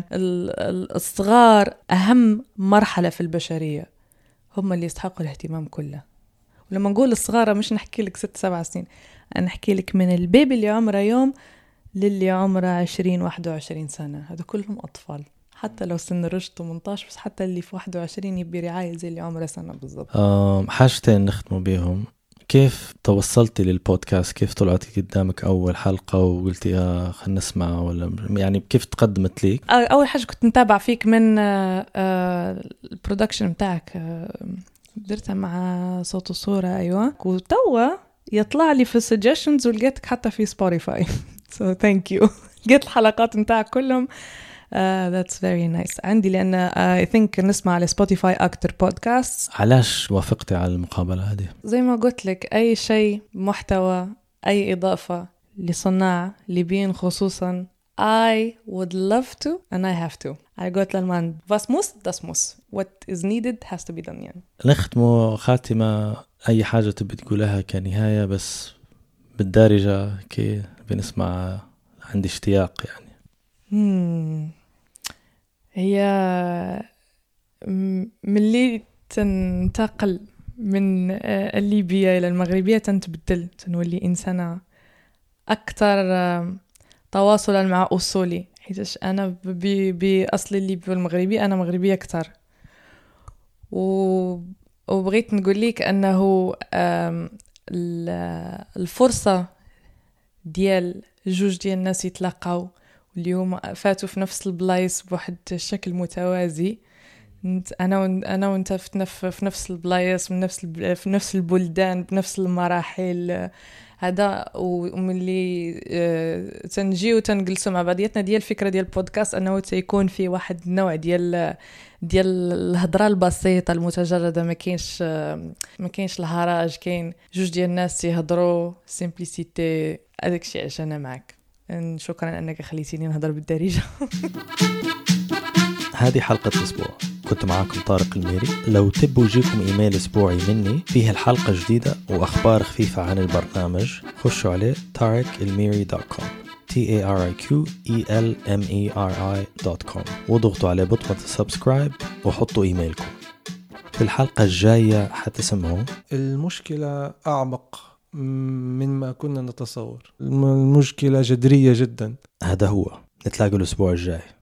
الصغار أهم مرحلة في البشرية، هم اللي يستحقوا الاهتمام كله. ولما نقول الصغار مش نحكي لك ست سبع سنين، أنا أحكي لك من البيبي اللي عمره يوم للي عمره عشرين واحد وعشرين سنة، هذا كلهم أطفال. حتى لو سن رشد ثمانية عشر، بس حتى اللي في واحد وعشرين يبي رعاية زي اللي عمره سنة بالضبط. حاجتين نختموا بيهم، كيف توصلتي للبودكاست؟ كيف طلعتي قدامك أول حلقة وقلتي يا خلنا نسمع، ولا يعني كيف تقدمت ليك؟ أول حاجة كنت نتابع فيك من البرودكشن متاعك، درتها مع صوت وصورة. أيوة وتوا يطلع لي في السجشنز ولقيتك حتى في سبوتيفاي so thank you. لقيت الحلقات متاعك كلهم. Uh, that's very nice عندي، لأن uh, I think نسمع على سبوتيفاي أكتر بودكاست. علاش وافقتي على المقابلة هذه؟ زي ما قلت لك أي شيء محتوى، أي إضافة لصناع ليبيين خصوصا I would love to and I have to. I got للمان was muss das muss. What is needed has to be done. يعني نختموا خاتمة، أي حاجة تبي تقولها كنهاية بس بالدارجة كي بنسمع، عندي اشتياق يعني. hmm. هي من اللي تنتقل من الليبية إلى المغربية تنتبدل، تنولي إنسانة أكثر تواصلا مع أصولي، حيث أنا بأصل الليبي والمغربي أنا مغربية أكثر. وبغيت نقول لك أنه الفرصة ديال جوج ديال الناس يتلاقوا واليوم فاتوا في نفس البلايص بواحد الشكل متوازي، انا انا وانت في نفس البلايص من نفس في نفس البلدان بنفس المراحل هذا، ومن اللي تنجي وتنجلسوا مع بعضياتنا ديال الفكره ديال البودكاست انه سيكون في واحد النوع ديال ديال الهضره البسيطه المتجرده، ما كاينش ما كاينش الهراج، كاين جوج ديال الناس يهضروا سيمبليسيتي. هذاك الشيء عشان معك. شكرا أنك خليتيني نهضر بالدارجة. هذه حلقة الأسبوع، كنت معاكم طارق الميري. لو تبوا يجيكم إيميل أسبوعي مني فيه الحلقة جديدة وأخبار خفيفة عن البرنامج، خشوا عليه تارك الميري دوت كوم T A R I Q E L M E R I دوت كوم وضغطوا على بطمة السبسكرايب وحطوا إيميلكم. في الحلقة الجاية حتسمعوا المشكلة أعمق مما كنا نتصور، المشكلة جذرية جدا. هذا هو، نتلاقوا الأسبوع الجاي.